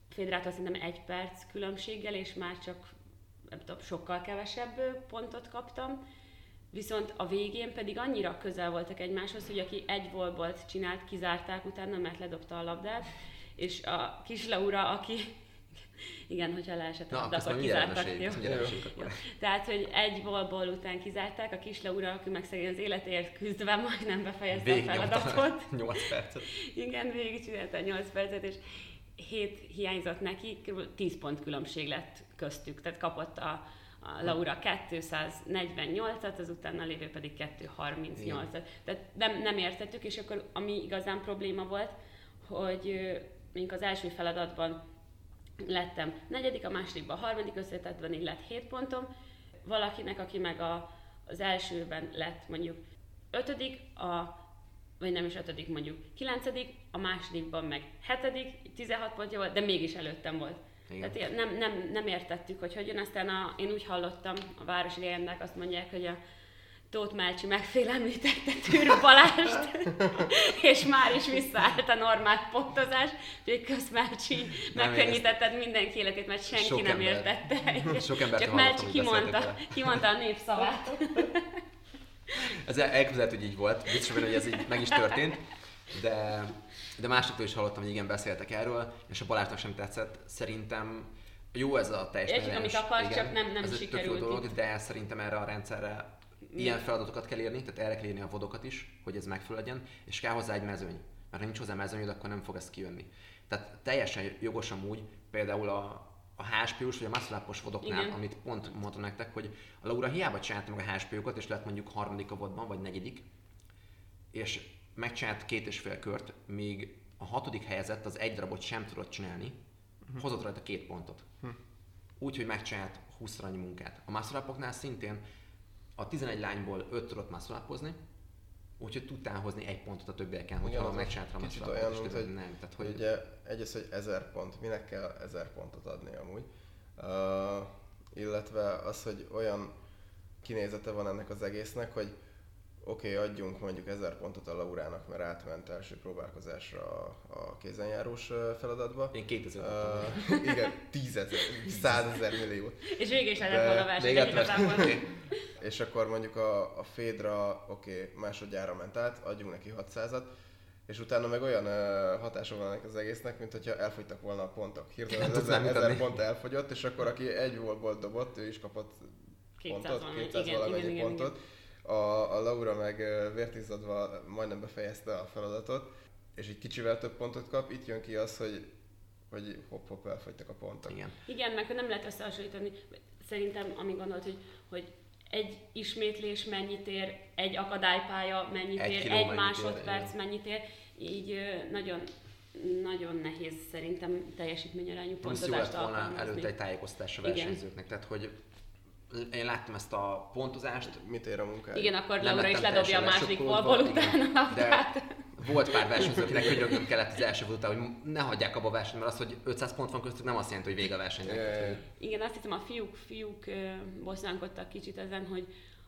Féderától szerintem egy perc különbséggel, és már csak nem tudom, sokkal kevesebb pontot kaptam. Viszont a végén pedig annyira közel voltak egymáshoz, hogy aki egy wallballt csinált, kizárták utána, mert ledobta a labdát, és a kis Laura, aki igen, hogyha leesett a labda, akkor kizártak. Jó? Jó. Jó. Tehát, hogy egy wallball után kizárták, a kis Laura, aki meg szegény az életéért küzdve majdnem befejezte a feladatot. nyolc percet. Igen, végig csinálta a nyolc percet, és hét hiányzott neki, kb. tíz pont különbség lett köztük, tehát kapott a, a Laura kétszáznegyvennyolcat, az utána lévő pedig kétszázharmincnyolcat. Tehát nem, nem értettük, és akkor ami igazán probléma volt, hogy mondjuk az első feladatban lettem negyedik, a másodikban a harmadik összetettben így lett hét pontom, valakinek, aki meg a, az elsőben lett mondjuk ötödik, a vagy nem is ötödik, mondjuk kilencedik, a másodikban meg hetedik, tizenhat pontja volt, de mégis előttem volt. Igen. Tehát nem, nem, nem értettük, hogy hogyan. Aztán a, én úgy hallottam, a városi legendák azt mondják, hogy a Tóth Melcsi megfélemlítette Türk Balást, és már is visszaállt a normál pontozás, úgyhogy Kösz Melcsi megkönnyítetted mindenki életét, mert senki sok nem ember, értette. Sok embert csak Melcsi kimondta, kimondta a népszavát. Ez elképzelhető, hogy így volt, biztos benne, hogy ez így meg is történt, de, de másoktól is hallottam, hogy igen, beszéltek erről, és a Balázsnak sem tetszett. Szerintem jó ez a teljes Értjük, amit akar, igen, csak nem, nem ez sikerült. Ez egy dolog, de szerintem erre a rendszerre mi? Ilyen feladatokat kell érni, tehát erre kell érni a vodokat is, hogy ez megfelelő legyen, és kell hozzá egy mezőny. Mert ha nincs hozzá mezőnyöd, akkor nem fog ez kijönni. Tehát teljesen jogos amúgy, például a a há es pé-os vagy a muscle-up-os vodoknál, igen, amit pont mondtam nektek, hogy a Laura hiába csinálta meg a há es pé-okat, és lett mondjuk harmadik a vodban, vagy negyedik, és megcsinált két és fél kört, míg a hatodik helyezett az egy darabot sem tudott csinálni, uh-huh. hozott rajta két pontot. Uh-huh. Úgyhogy megcsinált húszszor annyi munkát. A muscle-upoknál szintén a tizenegy lányból öt tudott muscle-upozni, úgyhogy tudtál hozni egy pontot a többieken, hogyha megcsinálta a muscle-upot, és hogy nem. Tehát, hogy... Ugye egyes, hogy ezer pont, minek kell ezer pontot adni amúgy. Uh, illetve az, hogy olyan kinézete van ennek az egésznek, hogy oké, okay, adjunk mondjuk ezer pontot a Laurának, mert átment első próbálkozásra a, a kézenjárós feladatba. Én kétezer uh, Igen, tízezer, százezer milliót. És végig is lehetett volna a verseny igazából. És akkor mondjuk a, a Fédra, oké, okay, másodjára ment át, adjunk neki hatszázat, és utána meg olyan uh, hatása van ennek az egésznek, mint hogyha elfogytak volna a pontok. Hirtelen ezer, ezer pont elfogyott, és akkor aki egy voltból dobott, ő is kapott pontot, kétszáz valamennyi pontot. Igen. A, a Laura meg vértizzadva majdnem befejezte a feladatot, és egy kicsivel több pontot kap. Itt jön ki az, hogy, hogy hopp-hopp elfogytak a pontok. Igen, Igen, meg nem lehet összehasonlítani. Szerintem, ami gondolt, hogy, hogy egy ismétlés mennyit ér, egy akadálypálya mennyit egy ér, egy mennyit másodperc ér, mennyit ér, így nagyon, nagyon nehéz szerintem teljesítményarányú pontozást alkalmazni. Volna előtte egy tájékoztatás a versenyzőknek, tehát hogy én láttam ezt a pontozást. Mit ér a munkája? Igen, akkor Laura is ledobja a második volból utána. De volt pár versenyző, akinek könyörögnöm kellett az első után, hogy ne hagyják abba a versenyt, mert az, hogy ötszáz pont van köztük, nem azt jelenti, hogy vége a versenynek. Yeah. Igen, azt hiszem a fiúk, fiúk bosszankodtak kicsit ezen, hogy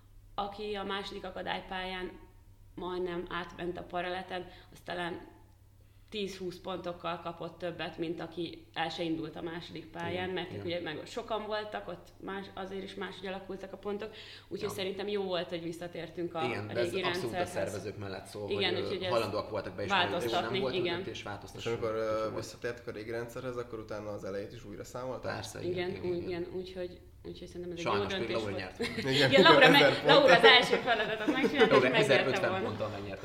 aki a második akadálypályán majdnem átment a paraleten, az talán tíz-húsz pontokkal kapott többet, mint aki el se indult a második pályán, mert igen, ugye meg sokan voltak, ott más, azért is máshogy alakultak a pontok, úgyhogy ja, szerintem jó volt, hogy visszatértünk a, igen, a régi rendszerhez. Abszolút a szervezők mellett szól, igen, hogy hajlandóak voltak beismerni, és nem volt igen, és változtatni. És amikor uh, visszatértek a régi rendszerhez, akkor utána az elejét is újra számolták? Persze, igen, igen, igen, igen, úgyhogy úgyhogy szerintem ez egy sajnos jó döntés Laura volt. Nyert. Igen, igen, Laura, meg, Laura az első feladatot megcsinálta, és megnyerte volna. ponttal megnyerte.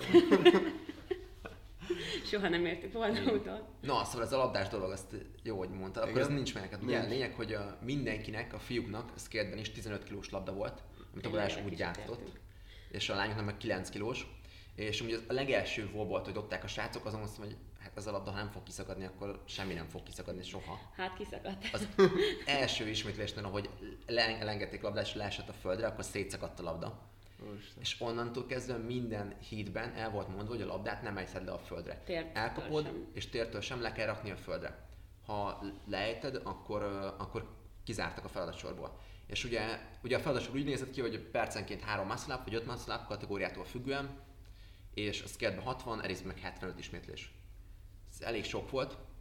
Soha nem értük volna utol. Na, szóval ez a labdás dolog, azt jó, hogy mondtad, akkor ez nincs meg neked. Ugye a lényeg, hogy a mindenkinek, a fiúknak, a skateben is tizenöt kilós labda volt, amit a Balázs úgy gyártott, és a lányoknak meg kilenc kilós. És ugye a legelső volt, hogy dobták a srácok, azon mondtam, hogy hát ez a labda, ha nem fog kiszakadni, akkor semmi nem fog kiszakadni soha. Hát kiszakadt. Az első ismétlésnél, ahogy elengedték labdát és leesett a földre, akkor szétszakadt a labda. Úristen. És onnantól kezdve minden heatben el volt mondva, hogy a labdát nem ejted le a földre. Tértől elkapod, sem. És tértől sem le kell rakni a földre. Ha leejted, akkor, akkor kizártak a feladatsorból. És ugye, ugye a feladatsor úgy nézett ki, hogy percenként három muscle up vagy öt muscle up kategóriától függően, és a skateben hatvan, erészben meg hetvenöt ismétlés. Ez elég sok volt,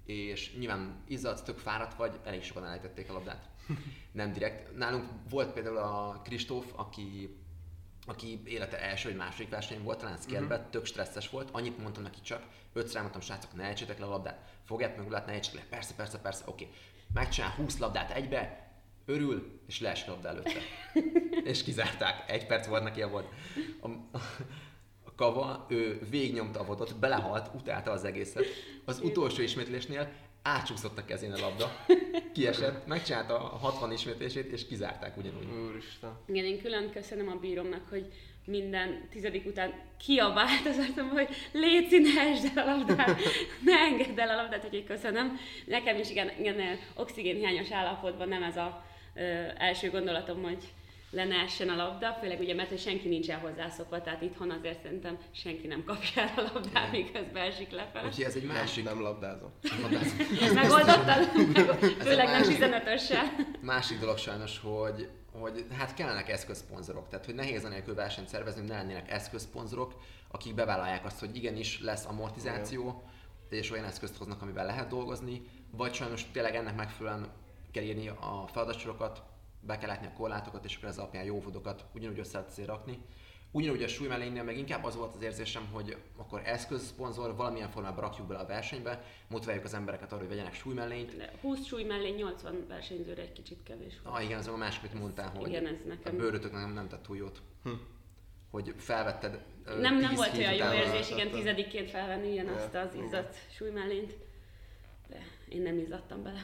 és nyilván izzadsz, tök fáradt vagy, elég sokan elejtették a labdát. Nem direkt. Nálunk volt például a Kristóf, aki, aki élete első vagy második versenyen volt, talán skierben, uh-huh. tök stresszes volt. Annyit mondtam neki csak, ötször mondtam, srácok, ne ejtsétek le a labdát, fogjátok meg a labdát, ne ejtsétek le, persze, persze, persze, oké. Okay. Megcsinál húsz labdát egybe, örül, és leesik a labda előtte. És kizárták. Egy perc volt neki a volt. A, a, a Kava, ő végignyomta a vodot, belehalt, utálta az egészet. Az utolsó ismétlésnél átsúszott a kezén a labda, kiesett, megcsinálta a hatvan ismétlését, és kizárták ugyanúgy. Úristen. Igen, én külön köszönöm a bíromnak, hogy minden tizedik után kiabált, az azt mondom, hogy léci, ne esd el a labdát, ne engedd el a labdát, úgyhogy köszönöm. Nekem is igen, igen oxigénhiányos állapotban nem ez az első gondolatom, hogy le ne essen a labda, főleg ugye, mert hogy senki nincsen hozzászokva, tehát itthon azért szerintem senki nem kapja el a labdát, miközben esik lefelé. Úgyhogy ez egy másik... Nem, nem labdázom. labdázom. Ezt megoldottad? Főleg nem tizenötössel. Másik dolog sajnos, hogy, hogy hát kellenek eszközszponzorok, tehát hogy nehéz anélkül versenyt szervezni, hogy ne lennének eszközszponzorok, akik bevállalják azt, hogy igenis lesz amortizáció, és olyan eszközt hoznak, amivel lehet dolgozni, vagy sajnos tényleg ennek megfelelően kell írni a feladatsorokat, be kell látni a korlátokat, és akkor ez alapján jó vodokat ugyanúgy össze lehet rakni. Ugyanúgy a súlymellénnyel meg inkább az volt az érzésem, hogy akkor eszközszponzor, valamilyen formában rakjuk bele a versenybe, motiváljuk az embereket arra, hogy vegyenek súlymellényt. húsz súlymellény, nyolcvan versenyzőre egy kicsit kevés volt. Ah, igen, ez a másik, amit mondtál, hogy igen, ez nekem... a bőrötöknek nem, nem tett túl jót. Hm. Hogy felvetted Nem, nem volt olyan jó érzés, igen, tizedikként felvenni ugyanazt az izzadt súlymellényt. De én nem izzadtam bele.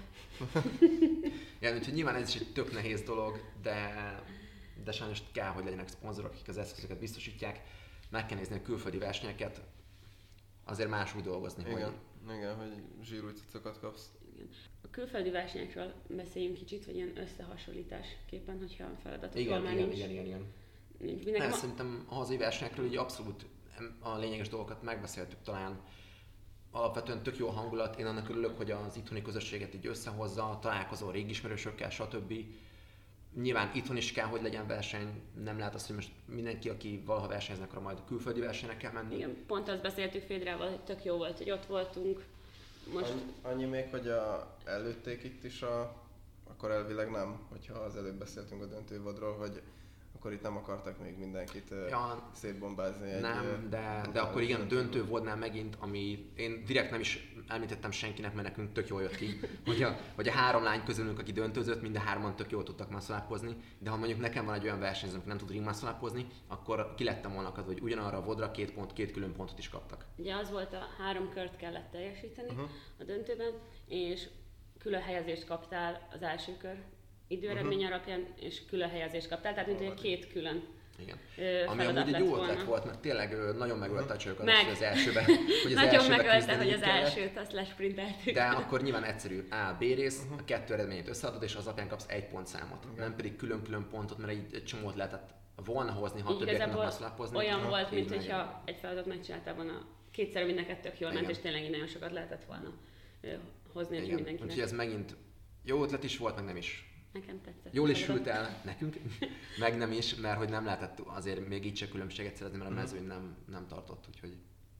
Igen, úgyhogy nyilván ez is egy tök nehéz dolog, de, de sajnos kell, hogy legyenek szponzorok, akik az eszközöket biztosítják. Meg kell nézni a külföldi versenyeket, azért más úgy dolgozni. Igen, hogy... igen, hogy zsírúj cuccokat kapsz. Igen. A külföldi versenyekről beszéljünk kicsit, vagy ilyen összehasonlításképpen, hogyha a feladatok igen, már igen, nincs. igen, igen, igen. nincs. Nem, a... Szerintem a hazai versenyekről így abszolút a lényeges dolgokat megbeszéltük talán. Alapvetően tök jó a hangulat, én annak örülök, hogy az itthoni közösséget így összehozza, találkozol régi ismerősökkel, stb. Nyilván itthon is kell, hogy legyen verseny, nem lehet azt, hogy most mindenki, aki valaha versenyeznek, akkor majd a külföldi versenynek kell menni. Igen, pont azt beszéltük Fédrával, hogy tök jó volt, hogy ott voltunk. Most... Annyi, annyi még, hogy a, előtték itt is a, akkor elvileg nem, hogyha az előbb beszéltünk a döntővodról, hogy akkor itt nem akartak még mindenkit ja, szétbombázni. Egy, nem, de, de akkor igen, a döntő vodnál megint, ami én direkt nem is említettem senkinek, mert nekünk tök jól jött ki, hogy a, hogy a három lány közülünk, aki döntőzött, mind a hárman tök jól tudtak muscle-upozni, de ha mondjuk nekem van egy olyan versenyző, aki nem tud ring muscle-upozni, akkor ki lettem volna akadva, hogy ugyanarra a vodra két pont, két külön pontot is kaptak. Ugye az volt, a három kört kellett teljesíteni uh-huh. a döntőben, és külön helyezést kaptál az első kör időeredmény uh-huh. alapján, és külön helyezést kaptál, tehát mint hogy két külön igen. Ö, ami amúgy egy jó ötlet volt, mert tényleg nagyon megölte a csajokat, Meg. hogy az elsőben, hogy az nagyon elsőben megölte, hogy az kellett. elsőt azt lesprinteltük. De akkor nyilván egyszerű A, B rész, uh-huh. a kettő eredményét összeadod, és az alapján kapsz egy pontszámot. Igen. Nem pedig külön-külön pontot, mert egy, egy csomót lehetett volna hozni, ha többiek nem muscle-upozni. Olyan ha, volt, mint hogyha egy feladat megcsináltál volna kétszer, mindenket tök jól ment, és tényleg nagyon sokat lehetett volna hozni mindenkinek. Úgyhogy ez megint jó ötlet is volt, meg nem is. Nekem tetszett. Jól is sült el nekünk, meg nem is, mert hogy nem lehetett azért még így se különbséget szerezni, mert a mezőny nem, nem tartott, úgyhogy,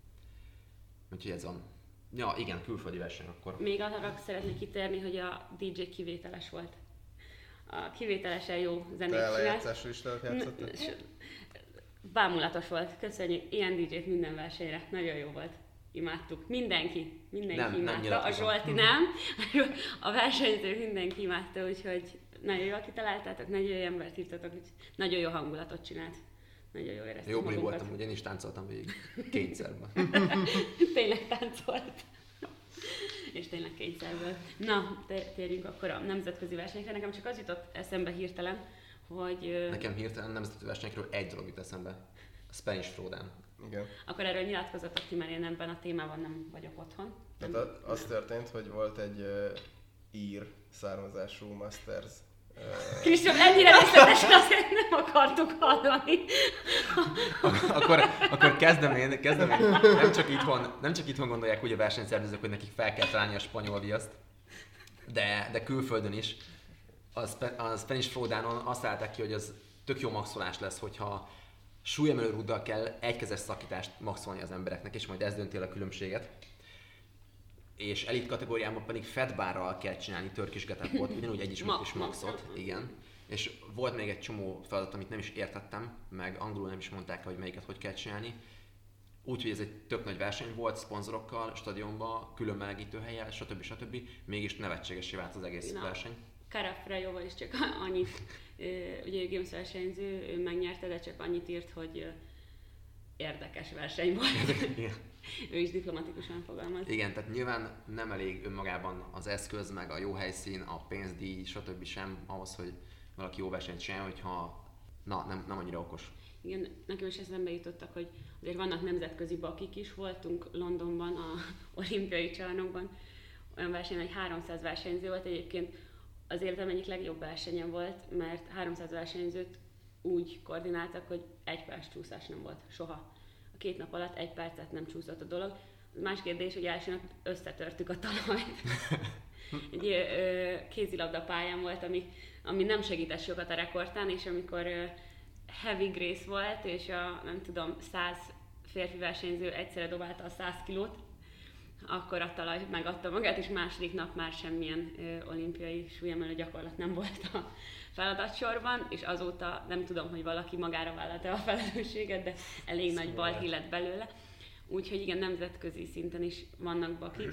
úgyhogy ez van. Ja, igen, külföldi verseny akkor. Még arra szeretnék kitérni, hogy a dé dzsé kivételes volt. A kivételesen jó zenét csinált. Te lejátszású is játszottál? Bámulatos volt, köszönjük. Ilyen dé dzsét minden versenyre, nagyon jó volt. Imádtuk. Mindenki, mindenki nem, imádta. Nem a Zsolti nem, a versenyző mindenki imádta, úgyhogy nagyon jól kitaláltátok, nagyon jó embert hívtatok, nagyon jó hangulatot csinált. Nagyon jó éreztük jó buli voltam, hogy én is táncoltam végig. Kényszerben. Tényleg táncolt. És tényleg kényszerből. Na, térjünk akkor a nemzetközi versenyekre. Nekem csak az jutott eszembe hirtelen, hogy... Nekem hirtelen nemzetközi versenyekről egy dolog jut eszembe. A Spanish Throwdown. Igen. Akkor erről nyilatkozatok ti, mert én ebben a témában nem vagyok otthon. Hát az történt, hogy volt egy uh, ír származású Masters. Uh... Kristóf, ennyire részletesen azért nem akartuk hallani. akkor, akkor kezdem én, kezdem én. Nem csak itthon, nem csak itthon gondolják úgy a versenyszervezők, hogy nekik fel kell találni a spanyol viaszt, de, de külföldön is. A, spe, a Spanish Throwdownon azt állták ki, hogy az tök jó maxolás lesz, hogyha súlyemelő rúddal kell egykezes szakítást maxolni az embereknek, és majd ez dönti el a különbséget. és elit kategóriában pedig fedbárral kell csinálni Turkish get-upot, ugyanúgy egy is, is maxot, igen. És volt még egy csomó feladat, amit nem is értettem, meg angolul nem is mondták, hogy melyiket hogy kell csinálni. Úgyhogy ez egy tök nagy verseny volt, szponzorokkal, stadionban, külön melegítő helyen, stb. stb. Mégis nevetségesé vált az egész Na, verseny. Karafrajóval is csak annyit, ugye ő Games versenyző, ő megnyerte, de csak annyit írt, hogy érdekes verseny volt. Ő is diplomatikusan fogalmaz. Igen, tehát nyilván nem elég önmagában az eszköz, meg a jó helyszín, a pénzdíj, stb. Sem ahhoz, hogy valaki jó versenyt csinál, hogyha na, nem, nem annyira okos. Igen, nekem is eszembe jutottak, hogy azért vannak nemzetközi bakik is, voltunk Londonban, a olimpiai csarnokban, olyan verseny, hogy háromszáz versenyző volt, egyébként az életem egyik legjobb versenye volt, mert háromszáz versenyzőt úgy koordináltak, hogy egy perc csúszás nem volt, soha. A két nap alatt egy percet nem csúszott a dolog. Az más kérdés, hogy első nap összetörtük a talajt. Egy ö, kézilabda pályán volt, ami, ami nem segített sokat a rekordtán, és amikor ö, heavy grace volt, és a nem tudom, száz férfi versenyző egyszerre dobálta a száz kilót, akkor a talaj megadta magát, és második nap már semmilyen ö, olimpiai súlyemelő gyakorlat nem volt a feladatsorban, és azóta nem tudom, hogy valaki magára vállalta a felelősséget, de elég szóval nagy balhé lett belőle. Úgyhogy igen, nemzetközi szinten is vannak bakik.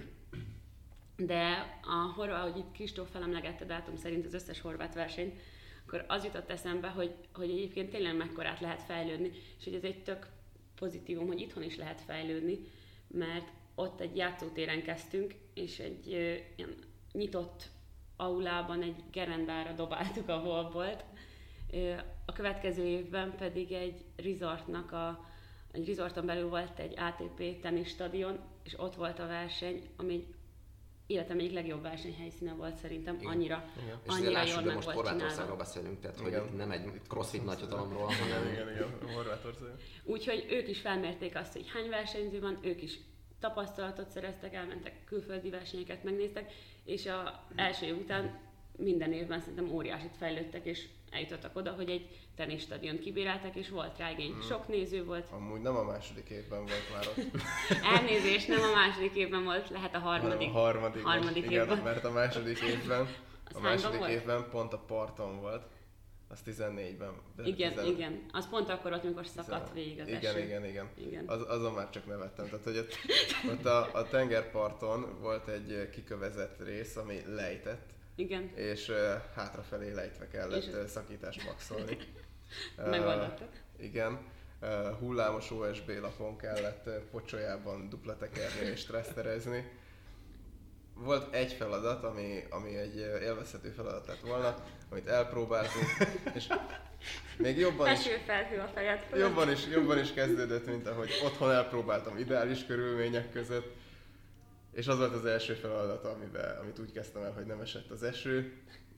De a horvát, ahogy itt Kristóf felemlegette dátum szerint az összes horvát versenyt, akkor az jutott eszembe, hogy, hogy egyébként tényleg mekkorát lehet fejlődni, és hogy ez egy tök pozitívum, hogy itthon is lehet fejlődni, mert ott egy játszótéren kezdtünk, és egy ö, ilyen nyitott aulában egy gerendára dobáltuk a voltbolt. A következő évben pedig egy resortnak a, egy resorton belül volt egy á té pé teniszstadion, és ott volt a verseny, ami egy életem egyik legjobb versenyhelyszíne volt szerintem, igen. annyira, igen. annyira És jól meg most volt Horvátországról beszélünk, tehát igen. Hogy nem egy crossfit nagyhatalomról, hanem... Igen, igen, igen, Horvátország. Úgyhogy ők is felmérték azt, hogy hány versenyző van, ők is tapasztalatot szereztek, elmentek külföldi versenyeket, megnéztek, és az első év után minden évben szerintem óriásit fejlődtek, és eljutottak oda, hogy egy teniszstadiont kibíráltak, és volt rá igény. Hmm. Sok néző volt. Amúgy nem a második évben volt már ott. Elnézést, nem a második évben volt, lehet a harmadik. Hanem a harmadik, harmadik igen, évben. Mert a második évben, a második évben pont a parton volt. Az tizennégyben. Igen, tizen... igen. Az pont akkor volt, amikor szakadt végig az igen, eső. igen, igen, igen. Az, azon már csak nevettem. Tehát, hogy ott, ott a, a tengerparton volt egy kikövezett rész, ami lejtett. Igen. És uh, hátrafelé lejtve kellett és szakítást maxolni. Megoldottak. Uh, igen. Uh, hullámos o es bé lapon kellett uh, pocsolyában dupla tekerni és stresszterezni. Volt egy feladat, ami, ami egy élvezhető feladat lett volna, amit elpróbáltunk, és még jobban is, Esőfelhő a fejed fölött. Jobban is, jobban is kezdődött, mint ahogy otthon elpróbáltam ideális körülmények között. És az volt az első feladat, amiben, amit úgy kezdtem el, hogy nem esett az eső.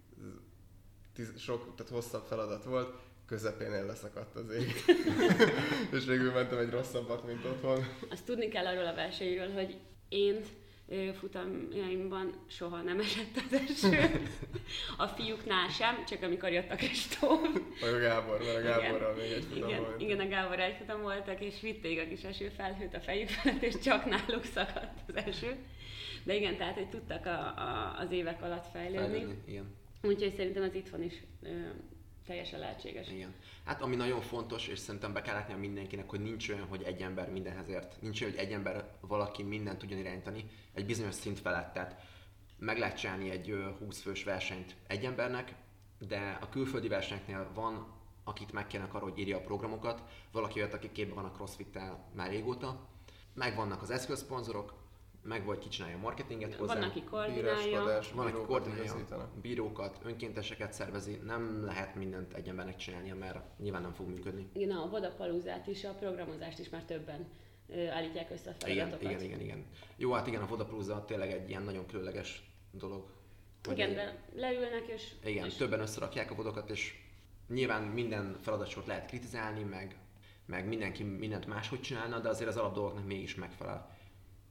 Tíz, sok, tehát hosszabb feladat volt, közepénél leszakadt az ég. És végül mentem egy rosszabbat, mint otthon. Azt tudni kell arról a versenyről, hogy én futamjaimban soha nem esett az eső. A fiúknál sem, csak amikor jött a Kristóf. Vagy a Gábor, mert a Gáborral még egy futam igen, volt. Igen, a Gábor egy futam voltak, és vitték a kis esőfelhőt a fejük felett, és csak náluk szakadt az eső. De igen, tehát, hogy tudtak a, a, az évek alatt fejlődni. fejlődni igen. Úgyhogy szerintem az itthon is ö, teljesen lehetséges. Igen. Hát ami nagyon fontos, és szerintem be kell látnia mindenkinek, hogy nincs olyan, hogy egy ember mindenhez ért. Nincs olyan, hogy egy ember valaki mindent tudjon irányítani egy bizonyos szint felett. Tehát meg lehet csinálni egy húsz fős versenyt egy embernek, de a külföldi versenyeknél van, akit megkérnek arra, hogy írja a programokat, valaki olyat, aki képben van a CrossFit-tel már régóta, megvannak az eszközszponzorok, meg vagy ki csinálja a marketinget hozzá. Van, aki koordinálja. Van, aki koordinálja, bírókat, önkénteseket szervezi. Nem lehet mindent egy embernek csinálnia, mert nyilván nem fog működni. Igen, a Vodapaloozát is, a programozást is már többen állítják össze a feladatokat. Igen, igen, igen, igen. Jó, hát igen, a Vodapalooza tényleg egy ilyen nagyon különleges dolog. Igen, egy... de leülnek és... Igen, és... többen összerakják a vodokat, és nyilván minden feladatsort lehet kritizálni, meg, meg mindenki mindent máshogy csinálna, de azért az alap dolgoknak mégis megfelel.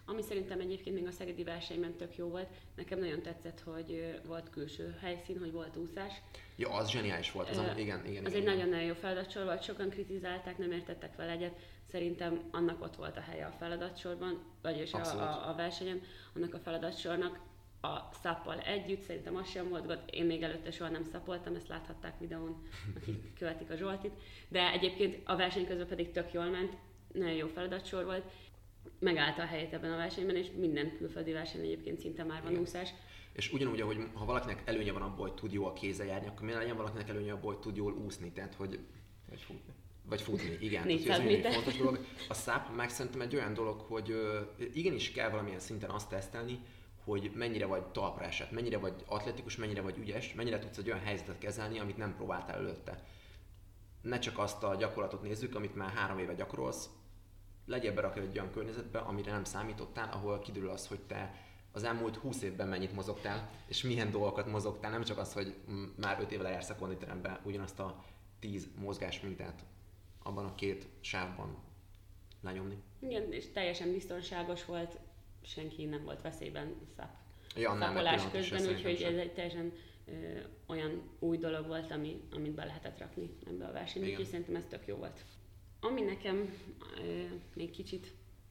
Ami szerintem egyébként még a szegedi versenyben tök jó volt. Nekem nagyon tetszett, hogy volt külső helyszín, hogy volt úszás. Ja, az zseniális volt, az, uh, igen, igen. Az igen, egy nagyon-nagyon jó feladatsor volt, sokan kritizálták, nem értettek vele egyet. Szerintem annak ott volt a helye a feladatsorban, vagyis a, a, a versenyen, annak a feladatsornak a szappal együtt, szerintem az sem volt gond. Én még előtte soha nem szapoltam, ezt láthatták videón, akik követik a Zsoltit. De egyébként a verseny közben pedig tök jól ment, nagyon jó feladatsor volt. Megállta a helyét ebben a versenyben, és minden külföldi verseny egyébként szinte már van igen. úszás. És ugyanúgy, hogy ha valakinek előnye van abból, hogy tud jól kézzel járni, akkor miért legyen valakinek előnye abból, hogy tud jól úszni, tehát hogy... Vagy futni. Vagy futni, igen. Ez egy fontos dolog. A száp meg szerintem egy olyan dolog, hogy uh, igenis kell valamilyen szinten azt tesztelni, hogy mennyire vagy talpra esett, mennyire vagy atletikus, mennyire vagy ügyes, mennyire tudsz egy olyan helyzetet kezelni, amit nem próbáltál előtte. Ne csak azt a gyakorlatot nézzük, amit már három éve gyakorolsz, legyél berakva egy olyan környezetbe, amire nem számítottál, ahol kiderül az, hogy te az elmúlt húsz évben mennyit mozogtál, és milyen dolgokat mozogtál, nem csak az, hogy már öt éve lejársz a konditerembe ugyanazt a tíz mozgás mintát abban a két sávban lenyomni. Igen, és teljesen biztonságos volt, senki nem volt veszélyben szap. Ja, szapolás közben, úgyhogy ez egy teljesen ö, olyan új dolog volt, ami, amit be lehetett rakni ebbe a versenybe, úgyhogy szerintem ez tök jó volt. Ami nekem ö, még kicsit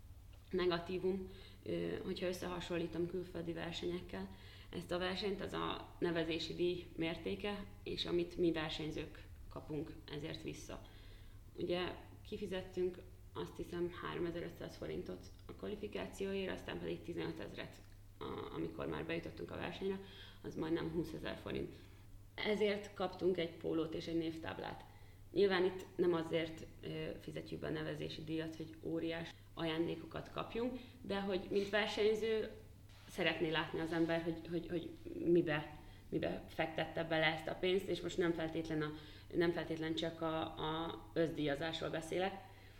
negatívum, ö, hogyha összehasonlítom külföldi versenyekkel, ezt a versenyt, az a nevezési díj mértéke, és amit mi versenyzők kapunk ezért vissza. Ugye kifizettünk azt hiszem háromezer-ötszáz forintot a kvalifikációért, aztán pedig tizenöt ezret, amikor már bejutottunk a versenyre, az majdnem húszezer forint. Ezért kaptunk egy pólót és egy névtáblát. Nyilván itt nem azért fizetjük be a nevezési díjat, hogy óriás ajándékokat kapjunk, de hogy mint versenyző szeretné látni az ember, hogy, hogy, hogy mibe, mibe fektette bele ezt a pénzt, és most nem feltétlen, a, nem feltétlen csak a, a összdíjazásról beszélek,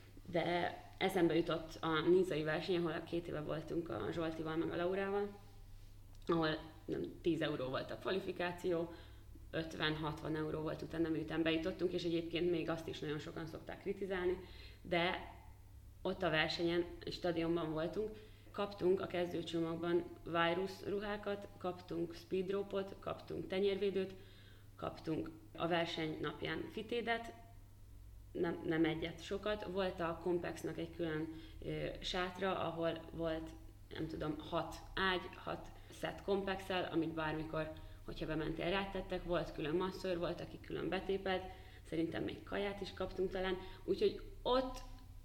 de eszembe jutott a nízai verseny, ahol két éve voltunk a Zsoltival meg a Laurával, ahol nem, tíz euró volt a kvalifikáció, ötven-hatvan euró volt utána, miután bejutottunk, és egyébként még azt is nagyon sokan szokták kritizálni, de ott a versenyen, stadionban voltunk, kaptunk a kezdőcsomagban virus ruhákat, kaptunk speedropot, kaptunk tenyérvédőt, kaptunk a verseny napján fitédet, nem, nem egyet, sokat. Volt a Complexnak egy külön ö, sátra, ahol volt, nem tudom, hat ágy, hat set Complexel, amit bármikor, hogyha bementél, rátettek, volt külön masször, volt, aki külön betépelt, szerintem még kaját is kaptunk talán, úgyhogy ott,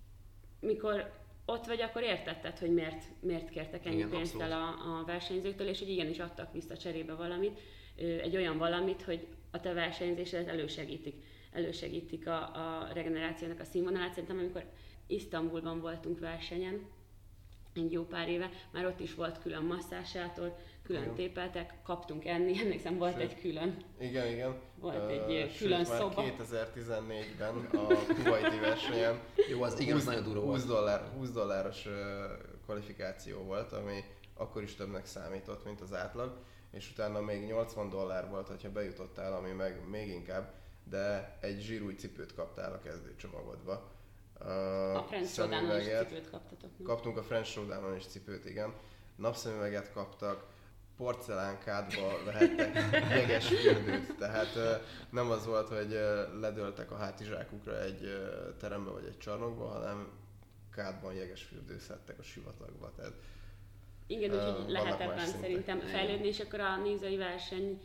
mikor ott vagy, akkor értetted, hogy miért, miért kértek ennyi igen, pénzt el a, a versenyzőktől, és hogy igenis adtak vissza cserébe valamit, egy olyan valamit, hogy a te versenyzésedet elősegítik. elősegítik a, a regenerációnak a színvonalát. Szerintem amikor Isztambulban voltunk versenyen, egy jó pár éve, már ott is volt külön masszásátor, külön igen. tépeltek, kaptunk enni, emlékszem volt Sőt, egy külön. Igen, igen. Volt uh, egy Sőt, külön már szoba. kétezer-tizennégyben a kuwaiti versenyen jó, az igen, nagyon durva volt. húsz, dollár, húsz dolláros uh, kvalifikáció volt, ami akkor is többnek számított, mint az átlag, és utána még nyolcvan dollár volt, hogyha bejutottál, ami meg még inkább, de egy zsírúj cipőt kaptál a kezdőcsomagodba. Uh, a French Showdown-on is cipőt kaptatok. Nem? Kaptunk a French Showdown-on is cipőt, igen. Napszemüveget kaptak, porcelánkádba vehettek jeges fürdőt, tehát uh, nem az volt, hogy uh, ledöltek a hátizsákukra egy uh, terembe vagy egy csarnokba, hanem kádban jeges fürdőt szedtek a sivatagba. Tehát, igen, uh, úgyhogy lehet ebben szerintem fejlődni, és akkor a nízai verseny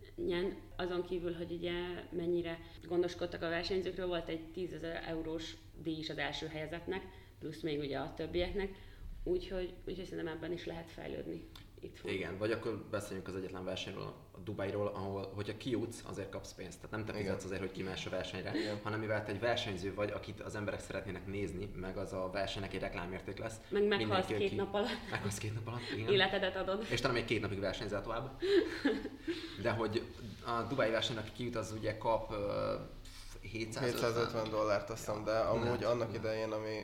azon kívül, hogy ugye mennyire gondoskodtak a versenyzőkről, volt egy tízezer eurós díj is az első helyezetnek, plusz még ugye a többieknek, úgyhogy, úgyhogy szerintem ebben is lehet fejlődni. Itthon. Igen, vagy akkor beszéljünk az egyetlen versenyről, a Dubairól, ahol, hogyha kijutsz, azért kapsz pénzt. Tehát nem te fizetsz azért, hogy kimehetsz a versenyre, igen. hanem mivel te egy versenyző vagy, akit az emberek szeretnének nézni, meg az a versenynek egy reklámérték lesz. Meg meghalsz két ki, nap alatt. Meghalsz két nap alatt, igen. Életedet adod. És talán még két napig versenyzel tovább. De hogy a Dubai versenynek, aki kijut, az ugye kap uh, hétszázötven dollárt azt hiszem, de amúgy nem, annak nem. idején, ami,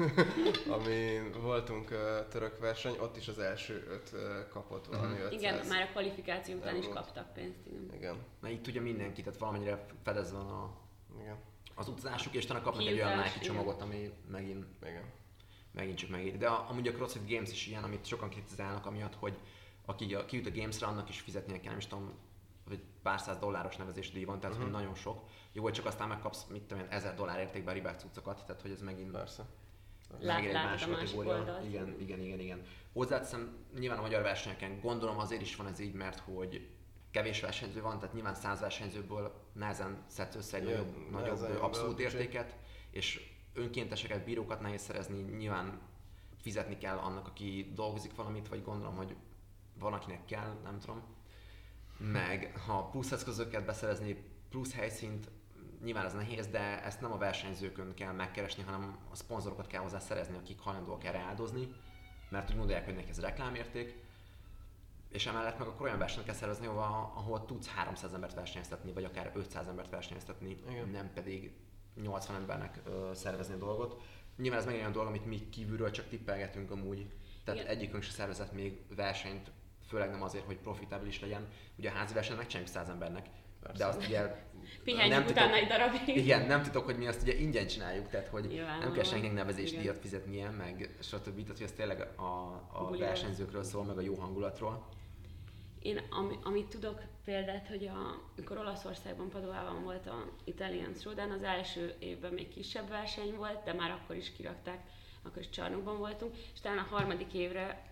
ami voltunk uh, török verseny, ott is az első öt uh, kapott valami uh-huh. ötszáz. Igen, már a kvalifikáció után is kaptak pénzt, igen. igen. Mert itt ugye mindenki, tehát valamennyire fedezve van a, igen. az utazásuk, és talán kapnak egy olyan Nike csomagot, ami megint igen. megint csak megéri. De a, amúgy a CrossFit Games is ilyen, amit sokan kritizálnak amiatt, hogy aki a, kijut a Gamesre, annak is fizetnie kell, nem is tudom, hogy pár száz dolláros nevezési díj van, tehát uh-huh. hogy nagyon sok. Jó, hogy csak aztán megkapsz, mit tudom én, ezer dollár értékben ribák cuccokat, tehát hogy ez megint Persze. Lát, egy más kategória. Igen, igen, igen, igen. Hozzáteszem, nyilván a magyar versenyeken gondolom azért is van ez így, mert hogy kevés versenyző van, tehát nyilván száz versenyzőből nehezen szedsz össze egy Igen, nagyobb, nagyobb abszolút be, értéket, és önkénteseket, bírókat nehéz szerezni, nyilván fizetni kell annak, aki dolgozik valamit, vagy gondolom, hogy van, akinek kell, nem tudom. Meg ha plusz eszközöket beszerezni, plusz helyszínt, nyilván ez nehéz, de ezt nem a versenyzőkön kell megkeresni, hanem a szponzorokat kell hozzá szerezni, akik hajlandóak erre áldozni, mert úgy gondolják, hogy neki ez reklámérték. És emellett meg akkor olyan versenyt kell szervezni, ahol, ahol tudsz háromszáz embert versenyeztetni, vagy akár ötszáz embert versenyeztetni, igen. nem pedig nyolcvan embernek ö, szervezni a dolgot. Nyilván ez megint olyan dolog, amit mi kívülről csak tippelgetünk amúgy, tehát igen. egyikünk se szervezett még versenyt, főleg nem azért, hogy profitábilis legyen. Ugye a házi versenyt megcsináljuk száz embernek, persze. De azt ugye pihenjük utána egy darabig. Igen, nem tudok, hogy mi azt ugye ingyen csináljuk, tehát hogy nyilván, nem kell senkinek nevezésdíjat fizetnie, meg stb. Tehát hogy ez tényleg a, a versenyzőkről szól, meg a jó hangulatról. Én ami, amit tudok példát, hogy a, amikor Olaszországban, Padovában volt a Italian Throwdown, az első évben még kisebb verseny volt, de már akkor is kirakták, akkor is csarnokban voltunk, és talán a harmadik évre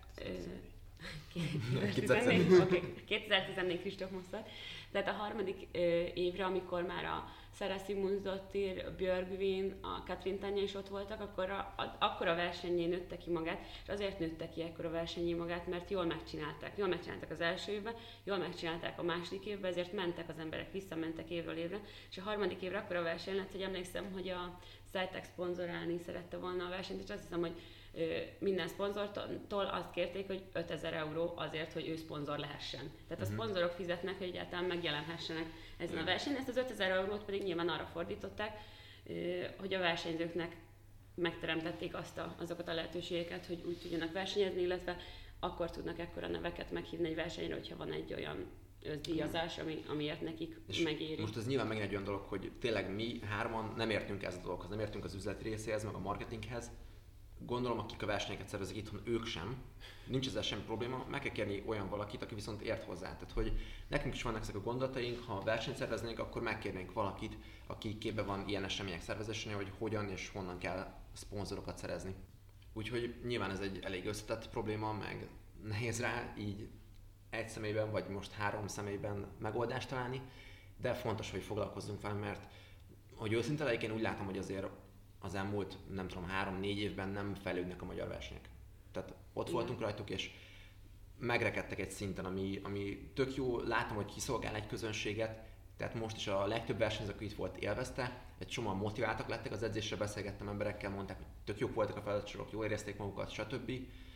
kétezer-tizennégy Kristóf Mosszat. Tehát a harmadik ö, évre, amikor már a Sarah Simonsdottir, a Björgvin, a Katrin Tanya is ott voltak, akkor a, a, akkor a versenyén nőtte ki magát, és azért nőtte ki ekkor a versenyén magát, mert jól megcsinálták. Jól megcsinálták az első évben, jól megcsinálták a második évben, ezért mentek az emberek, visszamentek évről évre, és a harmadik évre akkor a verseny lett, hogy emlékszem, hogy a Cytec szponzorálni szerette volna a versenyt, és azt hiszem, hogy minden szponzortól azt kérték, hogy ötezer euró azért, hogy ő szponzor lehessen. Tehát uh-huh. a szponzorok fizetnek, hogy egyáltalán megjelenhessenek ezen a versenyen. Ezt az ötezer eurót pedig nyilván arra fordították, hogy a versenyzőknek megteremtették azt a, azokat a lehetőségeket, hogy úgy tudjanak versenyezni, illetve akkor tudnak ekkora neveket meghívni egy versenyre, hogyha van egy olyan összdíjazás, ami, amiért nekik és megéri. Most ez nyilván megint egy olyan dolog, hogy tényleg mi hárman nem értünk ez a dologhoz, nem értünk az üzleti részéhez, meg a marketinghez. Gondolom, akik a versenyeket szervezik itthon, ők sem. Nincs ezzel semmi probléma, meg kell kérni olyan valakit, aki viszont ért hozzá. Tehát, hogy nekünk is vannak ezek a gondolataink, ha versenyt szerveznénk, akkor megkérnénk valakit, aki képbe van ilyen események szervezésénél, hogy hogyan és honnan kell szponzorokat szerezni. Úgyhogy nyilván ez egy elég összetett probléma, meg nehéz rá így egy személyben, vagy most három személyben megoldást találni, de fontos, hogy foglalkozzunk vele, mert hogy őszinte legyek, én úgy látom, hogy azért az elmúlt, nem tudom, három-négy évben nem fejlődnek a magyar versenyek. Tehát ott igen. voltunk rajtuk, és megrekedtek egy szinten, ami, ami tök jó, látom, hogy kiszolgál egy közönséget, tehát most is a legtöbb versenyző, aki itt volt, élvezte, egy csomóan motiváltak lettek, az edzésre beszélgettem emberekkel, mondták, hogy tök jók voltak a feladatsorok, jól érezték magukat, stb.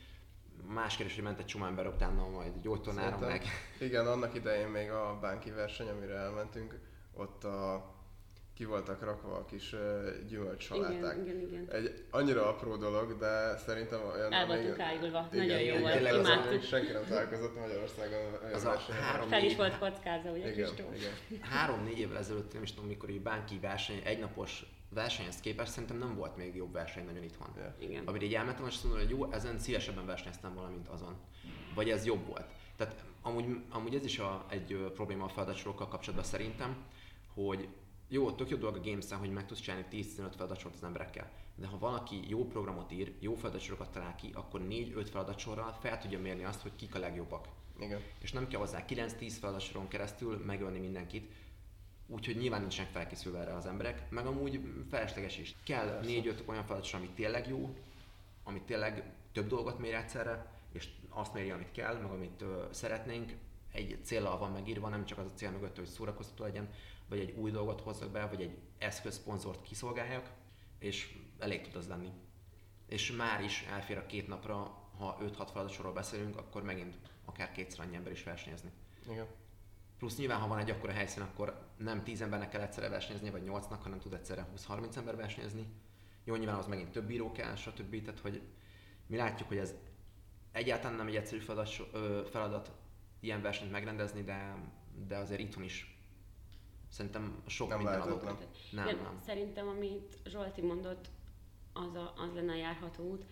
Más kérdés, hogy ment egy csomó ember utána majd gyógytornára meg. Igen, annak idején még a bánki verseny, amire elmentünk, ott a ki voltak rakva a kis uh, gyümölcsaláták. Igen, igen, igen. Egy annyira apró dolog, de szerintem olyan... El voltunk ájulva, igen, nagyon jó volt, imádtuk. Senki nem találkozott Magyarországon olyan versenyen. Fel is volt kockázva, ugye Kristóf? Három-négy évvel ezelőtt, nem is tudom mikor így bánki verseny, egynapos versenyhez képest szerintem nem volt még jobb verseny nagyon itthon. Yeah. Amire így elmentem, és azt mondom, hogy jó, ezen szívesebben versenyeztem volna, mint azon. Vagy ez jobb volt. Tehát amúgy, amúgy ez is a, egy ö, probléma a feladatsorokkal kapcsolatban szerintem, hogy jó, tök jó dolog a Games-en, hogy meg tudsz csinálni tíz-tizenöt feladatsort az emberekkel. De ha valaki jó programot ír, jó feladatsorokat talál ki, akkor négy-öt feladatsorral fel tudja mérni azt, hogy kik a legjobbak. Igen. És nem kell hozzá kilenc-tíz feladatsoron keresztül megölni mindenkit. Úgyhogy nyilván nincsenek felkészülve erre az emberek, meg amúgy felesleges is. Kell négy-öt olyan feladatsor, ami tényleg jó, amit tényleg több dolgot mér egyszerre, és azt méri, amit kell, meg amit ö, szeretnénk. Egy céllal van megírva, nem csak az a cél mögött, hogy szórakoztató legyen, vagy egy új dolgot hozzak be, vagy egy eszközszponzort kiszolgáljak, és elég tud az lenni. És már is elfér a két napra, ha öt-hat feladatsorról beszélünk, akkor megint akár kétszer annyi ember is versenyezni. Igen. Plusz nyilván, ha van egy akkora helyszín, akkor nem tíz embernek kell egyszerre versenyezni, vagy nyolcnak, hanem tud egyszerre húsz-harminc ember versenyezni. Jó, nyilván az megint több bíró kell, stb. Tehát, hogy mi látjuk, hogy ez egyáltalán nem egy egyszerű feladat, feladat ilyen versenyt megrendezni, de, de azért itthon is szerintem sok nem minden adott. Nem, nem. Szerintem, amit Zsolti mondott, az, a, az lenne a járható út,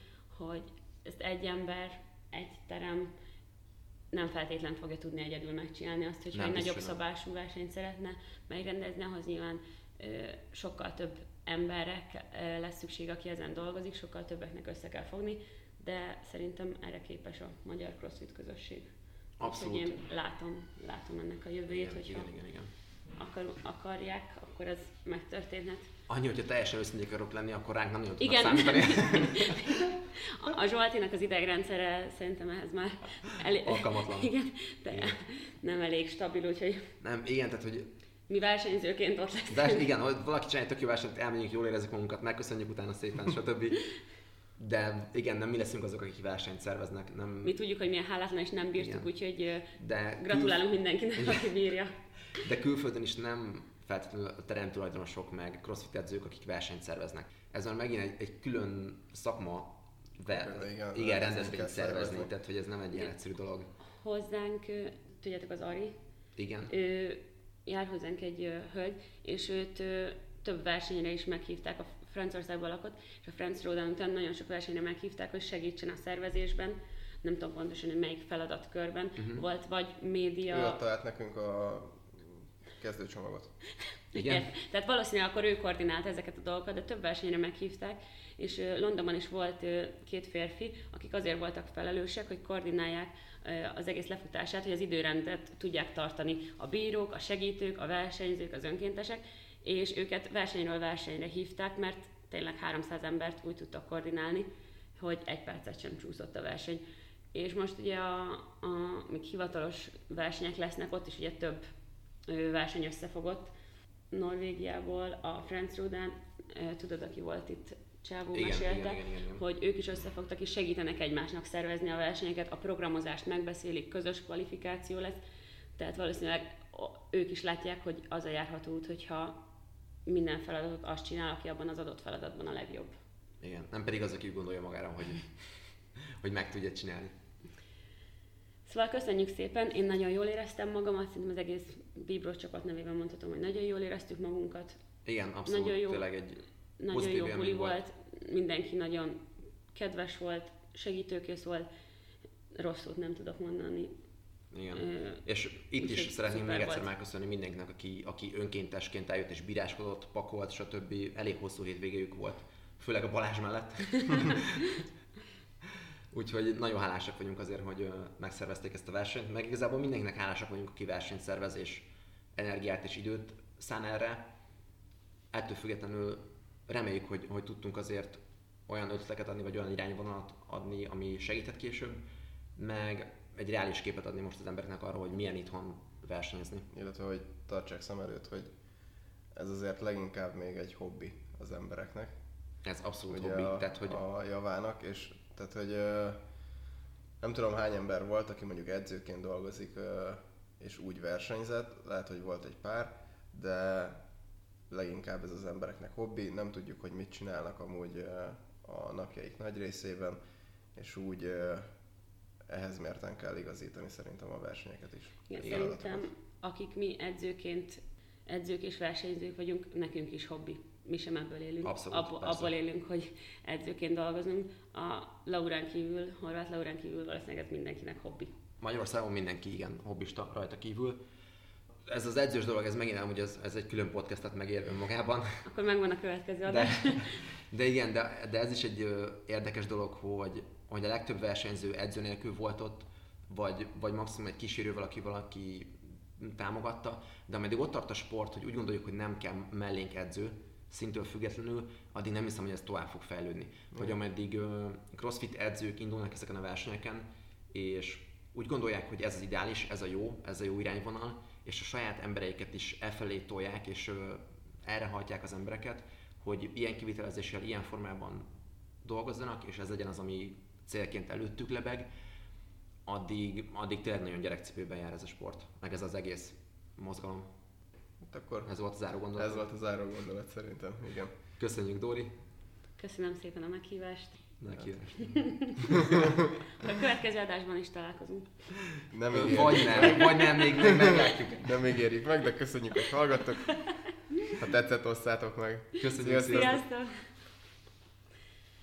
hogy ezt egy ember, egy terem nem feltétlenül fogja tudni egyedül megcsinálni azt, hogyha egy nagyobb szabású versenyt szeretne megrendezni, ahhoz nyilván ö, sokkal több emberre ö, lesz szükség, aki ezen dolgozik, sokkal többeknek össze kell fogni, de szerintem erre képes a magyar crossfit közösség. Abszolút. Úgyhogy én látom, látom ennek a jövőjét, igen, hogyha igen, igen, igen. Akar, akarják, akkor ez megtörténhet. Annyi, hogyha teljesen őszintén akarok lenni, akkor ránk nem nagyon tudnak igen. számítani. a, a Zsoltinak az idegrendszere szerintem ehhez már elég... Alkalmatlan. Igen, de igen. nem elég stabil, úgyhogy... Nem, igen, tehát hogy... Mi versenyzőként ott leszünk. De igen, hogy valaki csinálja tök jó versenyt, elmegyünk, jól érezzük magunkat, megköszönjük utána szépen, stb. De igen, nem mi leszünk azok, akik versenyt szerveznek. Nem... Mi tudjuk, hogy milyen hálátlan és nem bírtuk, úgyhogy de gratulálunk kül... mindenkinek, igen. aki bírja. De külföldön is nem feltétlenül a teremtulajdonosok meg crossfit edzők, akik versenyt szerveznek. Ez már megint egy, egy külön szakma, ve... igen, igen, igen rendezvényt szervezni, szervezni. tehát hogy ez nem egy ilyen egyszerű dolog. Hozzánk, tudjátok, az Ari, igen. ő, jár hozzánk egy ö, hölgy, és őt ö, több versenyre is meghívták, a Franciaországban lakott, és a Franz Rodan után nagyon sok versenyre meghívták, hogy segítsen a szervezésben. Nem tudom pontosan, hogy melyik feladatkörben uh-huh. volt, vagy média... Ő adta át nekünk a kezdőcsomagot. Igen. Igen. Tehát valószínűleg akkor ő koordinált ezeket a dolgokat, de több versenyre meghívták, és uh, Londonban is volt uh, két férfi, akik azért voltak felelősek, hogy koordinálják uh, az egész lefutását, hogy az időrendet tudják tartani a bírók, a segítők, a versenyzők, az önkéntesek, és őket versenyről versenyre hívták, mert tényleg háromszáz embert úgy tudtak koordinálni, hogy egy percet sem csúszott a verseny. És most ugye a, a még hivatalos versenyek lesznek, ott is ugye több ö, verseny összefogott. Norvégiából a Franz Rodan, tudod, aki volt itt, Csávó igen, mesélte, igen, igen, igen, igen. hogy ők is összefogtak és segítenek egymásnak szervezni a versenyeket, a programozást megbeszélik, közös kvalifikáció lesz, tehát valószínűleg ők is látják, hogy az a járható út, hogyha minden feladatot azt csinál, aki abban az adott feladatban a legjobb. Igen, nem pedig az, aki úgy gondolja magára, hogy, hogy meg tudja csinálni. Szóval köszönjük szépen, én nagyon jól éreztem magamat, szerintem az egész Bíbros csapat nevében mondhatom, hogy nagyon jól éreztük magunkat. Igen, abszolút, nagyon jó, tényleg egy nagyon jó buli volt. volt, mindenki nagyon kedves volt, segítőkész volt, rossz szót nem tudok mondani. Igen. Ö, és itt is szeretném még egyszer volt. megköszönni mindenkinek, aki, aki önkéntesként eljött és bíráskodott, pakolt, stb. Elég hosszú hétvégéjük volt, főleg a Balázs mellett. Úgyhogy nagyon hálásak vagyunk azért, hogy uh, megszervezték ezt a versenyt, meg igazából mindenkinek hálásak vagyunk, aki versenyt szervez és energiát és időt szán erre. Ettől függetlenül reméljük, hogy, hogy tudtunk azért olyan ötleteket adni, vagy olyan irányvonalat adni, ami segíthet később, meg egy reális képet adni most az embereknek arról, hogy milyen itthon versenyezni. Illetve, hogy tartsák szem előtt, hogy ez azért leginkább még egy hobbi az embereknek. Ez abszolút ugye hobbi. A, tehát, hogy... a javának, és tehát, hogy nem tudom hány ember volt, aki mondjuk edzőként dolgozik és úgy versenyzett, lehet, hogy volt egy pár, de leginkább ez az embereknek hobbi, nem tudjuk, hogy mit csinálnak amúgy a napjaik nagy részében, és úgy ehhez mérten kell igazítani szerintem a versenyeket is. Igen, szerintem akik mi edzőként, edzők és versenyzők vagyunk, nekünk is hobbi. Mi sem ebből élünk. Abszolút, Abba, abból élünk, hogy edzőként dolgozunk. A Laurán kívül, Horváth Laurán kívül valószínűleg ez mindenkinek hobbi. Magyarországon mindenki igen hobbista rajta kívül. Ez az edzős dolog, ez megint amúgy ez, ez egy külön podcastet megér önmagában. Akkor megvan a következő adás. De, de igen, de, de ez is egy ö, érdekes dolog, hogy, hogy a legtöbb versenyző edző nélkül volt ott, vagy, vagy maximum egy kísérővel, aki valaki támogatta, de ameddig ott tart a sport, hogy úgy gondoljuk, hogy nem kell mellénk edző, szintől függetlenül, addig nem hiszem, hogy ez tovább fog fejlődni. Mm. Vagy ameddig uh, crossfit edzők indulnak ezeken a versenyeken, és úgy gondolják, hogy ez az ideális, ez a jó, ez a jó irányvonal, és a saját embereiket is elfelé tolják, és uh, erre hajtják az embereket, hogy ilyen kivitelezéssel, ilyen formában dolgozzanak, és ez legyen az, ami célként előttük lebeg, addig, addig tényleg nagyon gyerekcipőben jár ez a sport, meg ez az egész mozgalom. Hát akkor ez volt a záró gondolat. Ez volt a záró gondolat szerintem, igen. Köszönjük, Dóri. Köszönöm szépen a meghívást. Meghívást. A következő adásban is találkozunk. Nem ígérjük. Vagy nem, vagy nem, még, még meglátjuk. Nem ígérjük meg, de köszönjük, hogy hallgattok. Ha tetszett, osszátok meg. Köszönjük szépen. Sziasztok!